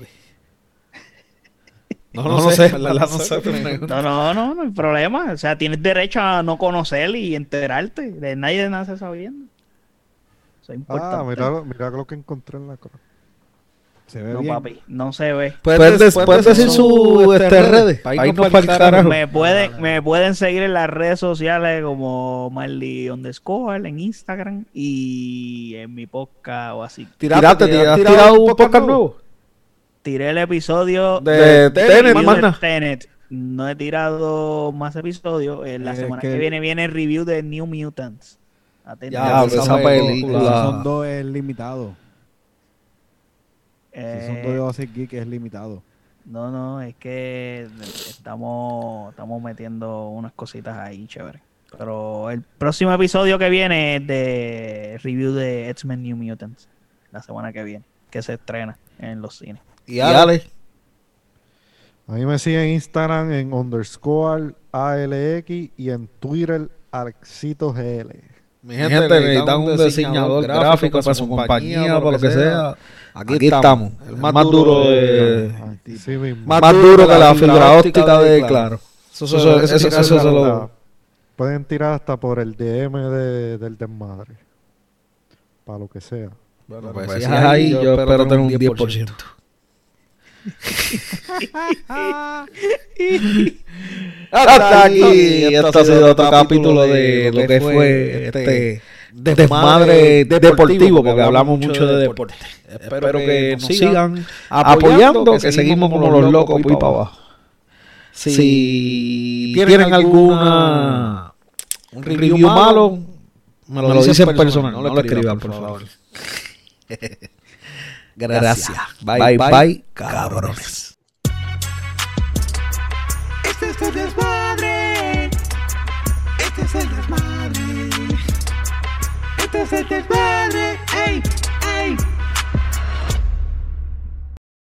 Speaker 2: No, no, sé, ¿verdad? No sé.
Speaker 5: No, no, no, no hay problema. O sea, tienes derecho a no conocer y enterarte. De nadie nace sabiendo. Eso es importante.
Speaker 3: Ah, mira, lo- mira lo que encontré en la cruz.
Speaker 4: Se ve
Speaker 5: No,
Speaker 4: bien.
Speaker 5: papi, no se ve.
Speaker 2: Puedes, puedes decir su este, redes. Ahí no para el carajo.
Speaker 5: Me pueden, me pueden seguir en las redes sociales como Marley underscore en Instagram y en mi podcast o así.
Speaker 2: Tírate, ¿te has tirado un podcast nuevo?
Speaker 5: Tiré el episodio
Speaker 2: De Tenet,
Speaker 5: review de
Speaker 2: mana.
Speaker 5: Tenet. No he tirado más episodios. En la
Speaker 4: Es
Speaker 5: semana
Speaker 4: que-
Speaker 5: que viene viene el review de New Mutants. Atento.
Speaker 2: Ya, esa
Speaker 4: Si
Speaker 2: película.
Speaker 4: son dos es limitado.
Speaker 5: Eh,
Speaker 4: Si son dos de Basic Geek es limitado.
Speaker 5: No, no, es que estamos, estamos metiendo unas cositas ahí, chévere. Pero el próximo episodio que viene es de review de X-Men New Mutants. La semana que viene, que se estrena en los cines.
Speaker 2: Y Ale.
Speaker 3: A mí me siguen en Instagram en underscore A L X y en Twitter Alexito G L.
Speaker 2: Mi gente, necesitan un diseñador gráfico para su compañía, para lo que sea. Aquí, estamos. El más, duro de...
Speaker 3: Sí mismo.
Speaker 2: Más, duro que la fibra óptica de Claro. Eso, eso, eso, eso, eso, eso se lo...
Speaker 3: Pueden tirar hasta por el D M de, del desmadre. Para lo que sea.
Speaker 2: Bueno, pues, si es ahí, yo espero tener un diez por ciento. Hasta aquí, esto ha sido otro capítulo de lo que fue este desmadre deportivo, porque hablamos mucho de deporte. Espero que nos sigan apoyando, que seguimos como los locos y para abajo. Si tienen alguna un review malo, me lo dicen personal, no lo escriban, por favor. Gracias. Bye, bye, cabrones.
Speaker 1: Este es el desmadre. Este es el desmadre. Este es el desmadre. Ey.